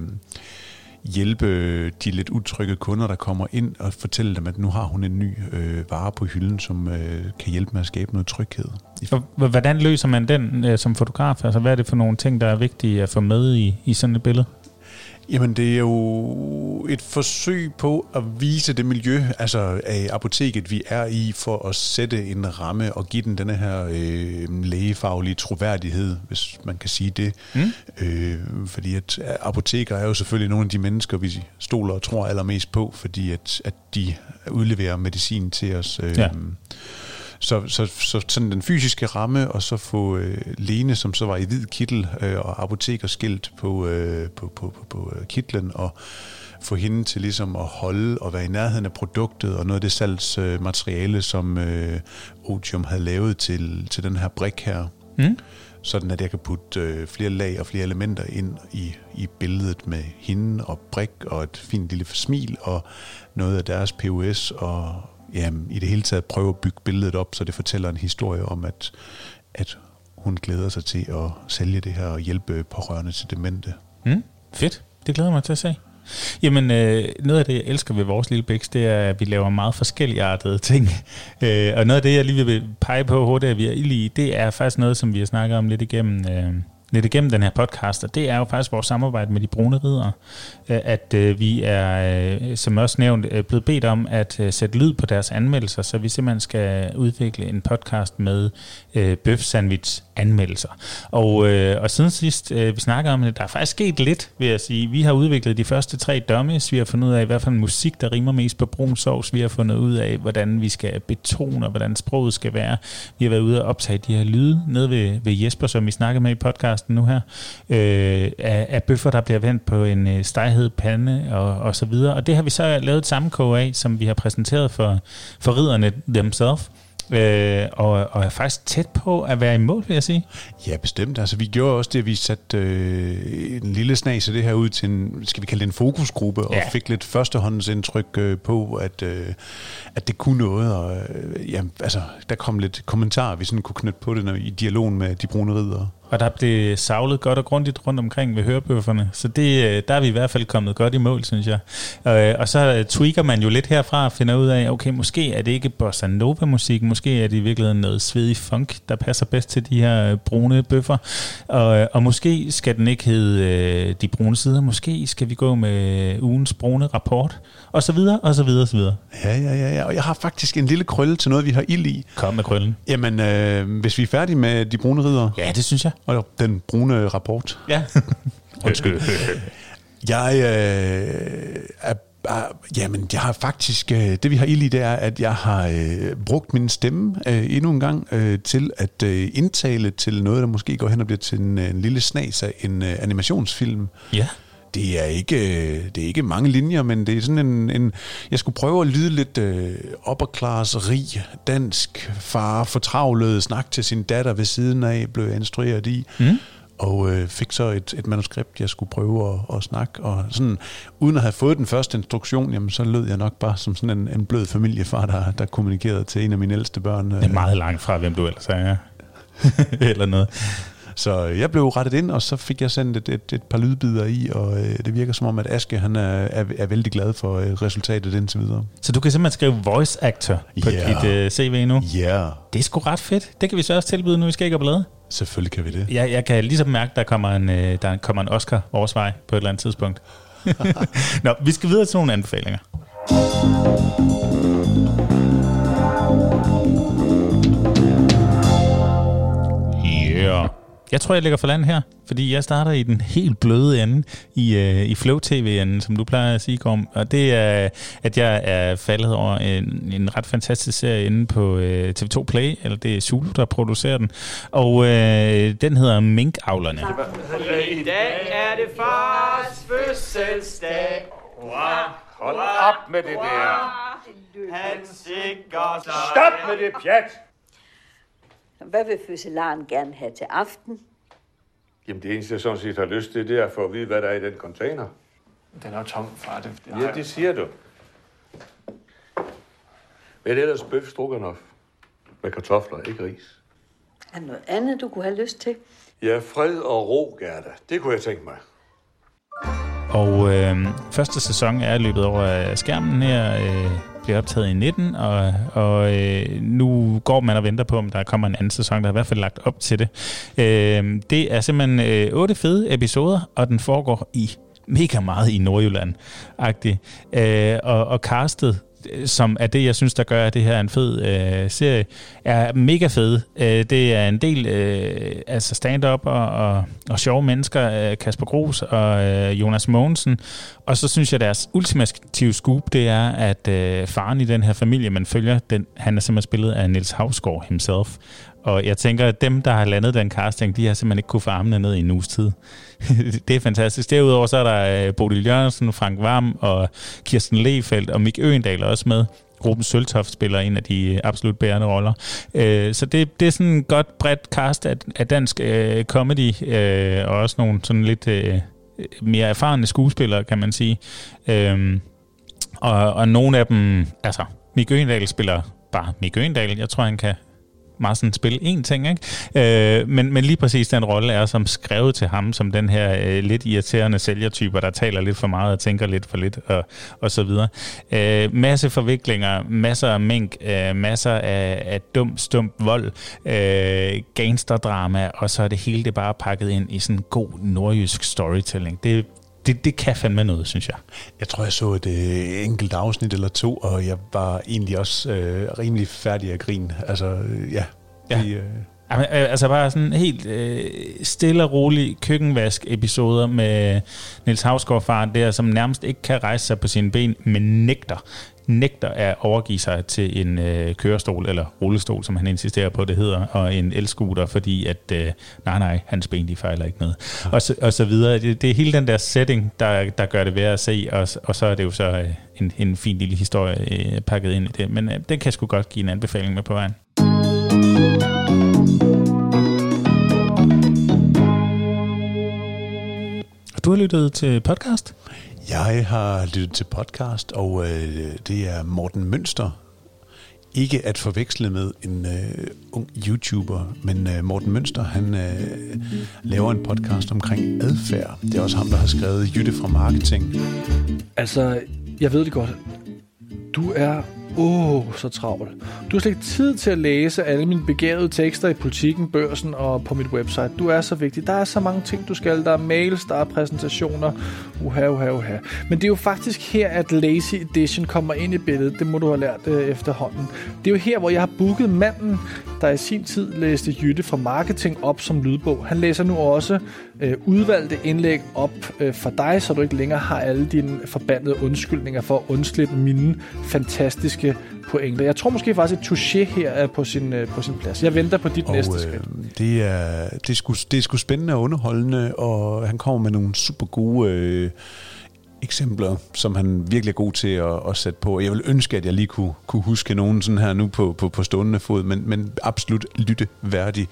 hjælpe de lidt utrygge kunder, der kommer ind og fortælle dem, at nu har hun en ny øh, vare på hylden, som øh, kan hjælpe med at skabe noget tryghed. Hvordan løser man den øh, som fotograf? Altså, hvad er det for nogle ting, der er vigtige at få med i, i sådan et billede? Jamen, det er jo et forsøg på at vise det miljø, altså af apoteket, vi er i, for at sætte en ramme og give den denne her øh, lægefaglige troværdighed, hvis man kan sige det. Mm. Øh, fordi at apoteker er jo selvfølgelig nogle af de mennesker, vi stoler og tror allermest på, fordi at, at de udleverer medicin til os. Øh, ja. Så, så, så sådan den fysiske ramme, og så få øh, Lene, som så var i hvid kittel øh, og apotekerskilt på, øh, på, på, på, på kitlen, og få hende til ligesom at holde og være i nærheden af produktet, og noget af det salgsmateriale, øh, som øh, Otium havde lavet til, til den her brik her. Mm. Sådan at jeg kan putte øh, flere lag og flere elementer ind i, i billedet med hende og brik, og et fint lille smil, og noget af deres P O S, og ja, i det hele taget prøve at bygge billedet op, så det fortæller en historie om, at, at hun glæder sig til at sælge det her og hjælpe pårørende til demente. Mm, fedt. Det glæder mig til at se. Jamen, øh, noget af det, jeg elsker ved vores lille biks, det er, at vi laver meget forskelligartede ting. Øh, og noget af det, jeg lige vil pege på hurtigt, at vi er i, det er faktisk noget, som vi har snakket om lidt igennem øh, lidt igennem den her podcast, og det er jo faktisk vores samarbejde med de brune riddere, at øh, vi er, øh, som også nævnt, øh, blevet bedt om at øh, sætte lyd på deres anmeldelser, så vi simpelthen skal udvikle en podcast med øh, bøf sandwich anmeldelser. Og, øh, og siden sidst øh, vi snakker om det, der er faktisk sket lidt, vil jeg sige. Vi har udviklet de første tre dummies, vi har fundet ud af, hvad for en musik, der rimer mest på brun sovs, vi har fundet ud af, hvordan vi skal betone, og hvordan sproget skal være. Vi har været ude og optage de her lyde nede ved, ved Jesper, som vi snakker med i podcasten nu her, øh, af, af bøffer, der bliver vendt på en øh, steghed pande og, og så videre. Og det har vi så lavet et sammenkog af, som vi har præsenteret for, for ridderne themselves. Øh, og, og er faktisk tæt på at være i mål, vil jeg sige. Ja, bestemt. Altså, vi gjorde også det, at vi satte øh, en lille snas af det her ud til en, skal vi kalde det en fokusgruppe, ja. Og fik lidt førstehåndsindtryk øh, på, at, øh, at det kunne noget. Og, øh, ja, altså, der kom lidt kommentarer, vi sådan kunne knytte på det når, i dialogen med de brune riddere. Og der blev savlet godt og grundigt rundt omkring ved hørebøfferne. Så det, der er vi i hvert fald kommet godt i mål, synes jeg. Og så tweaker man jo lidt herfra og finder ud af, okay, måske er det ikke bossa nova-musik, måske er det i virkeligheden noget svedig funk, der passer bedst til de her brune bøffer. Og, og måske skal den ikke hedde de brune sider, måske skal vi gå med ugens brune rapport, og så videre, og så videre, og så videre. Ja, ja, ja, ja. Og jeg har faktisk en lille krølle til noget, vi har ild i. Kom med krøllen. Jamen, øh, hvis vi er færdige med de brune riddere. Ja, det synes jeg. Og den brune rapport. Ja. Undskyld. Jeg øh, er, er, jamen, jeg har faktisk, øh, det vi har ild i, det er, at jeg har øh, brugt min stemme øh, endnu en gang øh, til at øh, indtale til noget, der måske går hen og bliver til en, en lille snas af en øh, animationsfilm. Ja. Det er ikke, det er ikke mange linjer, men det er sådan en... en jeg skulle prøve at lyde lidt øh, upper class, rig, dansk far, fortravlet, snak til sin datter ved siden af, blev jeg instrueret i. Mm. Og øh, fik så et, et manuskript, jeg skulle prøve at, at snakke. Og sådan, uden at have fået den første instruktion, jamen, så lød jeg nok bare som sådan en, en blød familiefar, der, der kommunikerede til en af mine ældste børn. Det er meget langt fra, hvem du ellers er, ja. Eller noget. Så jeg blev rettet ind, og så fik jeg sendt et, et, et par lydbider i, og øh, det virker som om, at Aske han er, er, er vældig glad for øh, resultatet indtil videre. Så du kan simpelthen skrive voice actor på yeah. dit øh, C V nu? Ja. Yeah. Det er sgu ret fedt. Det kan vi så også tilbyde nu i Skæg og Blade. Selvfølgelig kan vi det. Jeg, jeg kan ligesom mærke, at der kommer en, øh, der kommer en Oscar vores vej på et eller andet tidspunkt. Nå, vi skal videre til nogle anbefalinger. Yeah. Jeg tror, jeg ligger for land her, fordi jeg starter i den helt bløde ende, i, uh, i Flow T V-enden, som du plejer at sige, Gorm. Og det er, at jeg er faldet over en, en ret fantastisk serie inde på uh, T V to Play, eller det er Zulu, der producerer den. Og uh, den hedder Minkavlerne. I dag er det fars fødselsdag. Hold op med det der. Han sikker sig. Stop med det pjat. Hvad vil fødselaren gerne have til aften? Jamen det eneste, jeg sådan set har lyst til, det er at få at vide, hvad der er i den container. Den er tom, far. Det, det ja, det siger du. Men ellers bøf stroganoff med kartofler, ikke ris. Er der noget andet, du kunne have lyst til? Ja, fred og ro, Gerda. Det kunne jeg tænke mig. Og øh, første sæson er løbet over skærmen her, øh, bliver optaget i nitten, og, og øh, nu går man og venter på, om der kommer en anden sæson, der er i hvert fald lagt op til det. Øh, det er simpelthen øh, otte fede episoder, og den foregår i mega meget i Nordjylland-agtigt. Øh, og, og castet, som er det, jeg synes, der gør, at det her er en fed øh, serie, er mega fed. Øh, det er en del øh, altså stand-up og, og, og sjove mennesker, øh, Kasper Gros og øh, Jonas Mogensen. Og så synes jeg, at deres ultimative scoop, det er, at øh, faren i den her familie, man følger, den, han er simpelthen spillet af Niels Hausgaard himself. Og jeg tænker, at dem, der har landet den casting, de har simpelthen ikke kunne få armene ned i en uges tid. Det er fantastisk. Derudover så er der Bodil Jørgensen, Frank Varm og Kirsten Lehfeldt og Mik Øgendal også med. Ruben Søltoft spiller en af de absolut bærende roller. Så det, det er sådan en godt bredt cast af, af dansk øh, comedy, øh, og også nogle sådan lidt øh, mere erfarne skuespillere, kan man sige. Øh, og, og nogle af dem, altså Mik Øgendal spiller bare Mik Øgendal. Jeg tror, han kan meget sådan spille én ting, ikke? Øh, men, men lige præcis den rolle er som skrevet til ham, som den her øh, lidt irriterende sælgertyper, der taler lidt for meget og tænker lidt for lidt, og, og så videre. Øh, masse forviklinger, masser af mink, øh, masser af, af dum, stump vold, øh, gangsterdrama, og så er det hele det bare pakket ind i sådan en god nordjysk storytelling. Det Det, det kan fandme noget, synes jeg. Jeg tror, jeg så et øh, enkelt afsnit eller to, og jeg var egentlig også øh, rimelig færdig at grine. Altså, øh, ja. ja. De, øh... Jamen, altså bare sådan helt øh, stille og rolig køkkenvask-episoder med Niels Hausgaard-faren der, som nærmest ikke kan rejse sig på sine ben, men nægter. nægter at overgive sig til en øh, kørestol, eller rullestol, som han insisterer på, det hedder, og en elscooter, fordi at, øh, nej, nej, hans ben, de fejler ikke noget. Og så, og så videre. Det, det er hele den der setting, der, der gør det værd at se, og, og så er det jo så øh, en, en fin lille historie øh, pakket ind i det. Men øh, den kan jeg sgu godt give en anbefaling med på vejen. Du har lyttet til podcast? Jeg har lyttet til podcast, og øh, det er Morten Mønster. Ikke at forveksle med en øh, ung YouTuber, men øh, Morten Mønster, han øh, laver en podcast omkring adfærd. Det er også ham, der har skrevet Jytte fra Marketing. Altså, jeg ved det godt. Du er åh, oh, så travl. Du har slet ikke tid til at læse alle mine begavede tekster i Politikken, Børsen og på mit website. Du er så vigtig. Der er så mange ting, du skal. Der er mails, der er præsentationer. Uha, uha, uha. Men det er jo faktisk her, at Lazy Edition kommer ind i billedet. Det må du have lært øh, efterhånden. Det er jo her, hvor jeg har booket manden, der i sin tid læste Jytte fra Marketing op som lydbog. Han læser nu også øh, udvalgte indlæg op øh, for dig, så du ikke længere har alle dine forbandede undskyldninger for at undslippe mine fantastiske pointer. Jeg tror måske faktisk, at Touché her er på sin, øh, på sin plads. Jeg venter på dit og, næste øh, skridt. Det er, det, er sgu, det er sgu spændende og underholdende, og han kommer med nogle super gode øh, eksempler, som han virkelig er god til at, at sætte på. Jeg vil ønske, at jeg lige kunne, kunne huske nogen sådan her nu på, på, på stående fod, men, men absolut lytteværdig.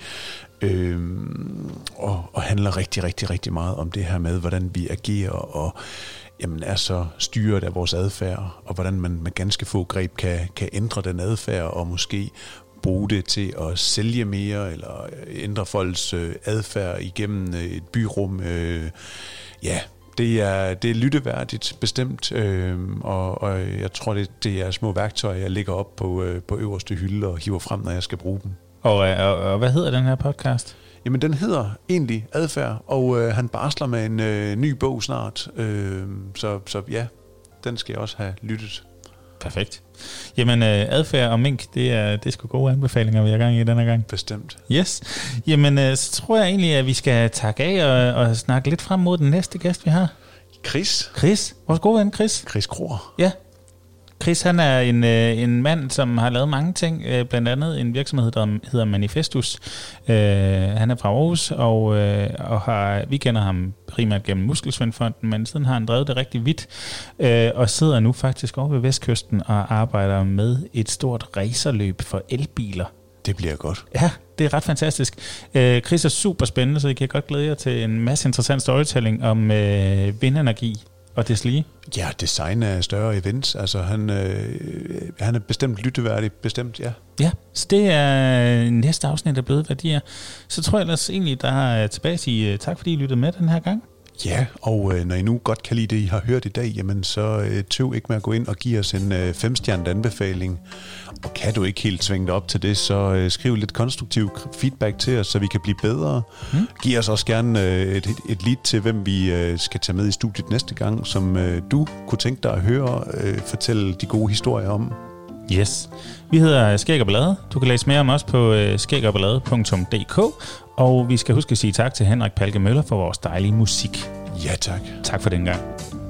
Øhm, og, og handler rigtig, rigtig, rigtig meget om det her med, hvordan vi agerer og jamen, er så styret af vores adfærd, og hvordan man med ganske få greb kan, kan ændre den adfærd og måske bruge det til at sælge mere eller ændre folks øh, adfærd igennem øh, et byrum. Øh, ja, det er, det er lytteværdigt bestemt, øh, og, og jeg tror, det, det er små værktøjer, jeg lægger op på, øh, på øverste hylde og hiver frem, når jeg skal bruge dem. Og, og, og hvad hedder den her podcast? Jamen, den hedder egentlig Adfærd, og øh, han barsler med en øh, ny bog snart. Øh, så, så ja, den skal jeg også have lyttet. Perfekt. Jamen, øh, adfærd og mink, det er, det er sgu gode anbefalinger, vi har gang i denne gang. Bestemt. Yes. Jamen, øh, så tror jeg egentlig, at vi skal takke af og, og snakke lidt frem mod den næste gæst, vi har. Chris. Chris. Vores gode ven, Chris. Chris Kroer. Ja. Chris, han er en, øh, en mand, som har lavet mange ting, øh, blandt andet en virksomhed, der hedder Manifestus. Øh, han er fra Aarhus, og, øh, og har, vi kender ham primært gennem Muskelsvindfonden, men siden har han drevet det rigtig vidt, øh, og sidder nu faktisk over ved Vestkysten og arbejder med et stort racerløb for elbiler. Det bliver godt. Ja, det er ret fantastisk. Øh, Chris er super spændende, så I kan godt glæde jer til en masse interessant storytelling om øh, vindenergi og deslige. Ja, design af større events. Altså, han, øh, han er bestemt lytteværdig. Bestemt, ja. Ja, så det er næste afsnit af Bløde Værdier. Så tror jeg ellers egentlig, der er tilbage at sige tak, fordi I lyttede med den her gang. Ja, og øh, når I nu godt kan lide det, I har hørt i dag, jamen så øh, tøv ikke med at gå ind og give os en øh, femstjernet anbefaling. Og kan du ikke helt svinge dig op til det, så øh, skriv lidt konstruktiv feedback til os, så vi kan blive bedre. Mm. Giv os også gerne øh, et, et lead til, hvem vi øh, skal tage med i studiet næste gang, som øh, du kunne tænke dig at høre, øh, fortælle de gode historier om. Yes. Vi hedder Skæg og Ballade. Du kan læse mere om os på øh, skæg og ballade punktum d k. Og vi skal huske at sige tak til Henrik Palke Møller for vores dejlige musik. Ja, tak. Tak for den gang.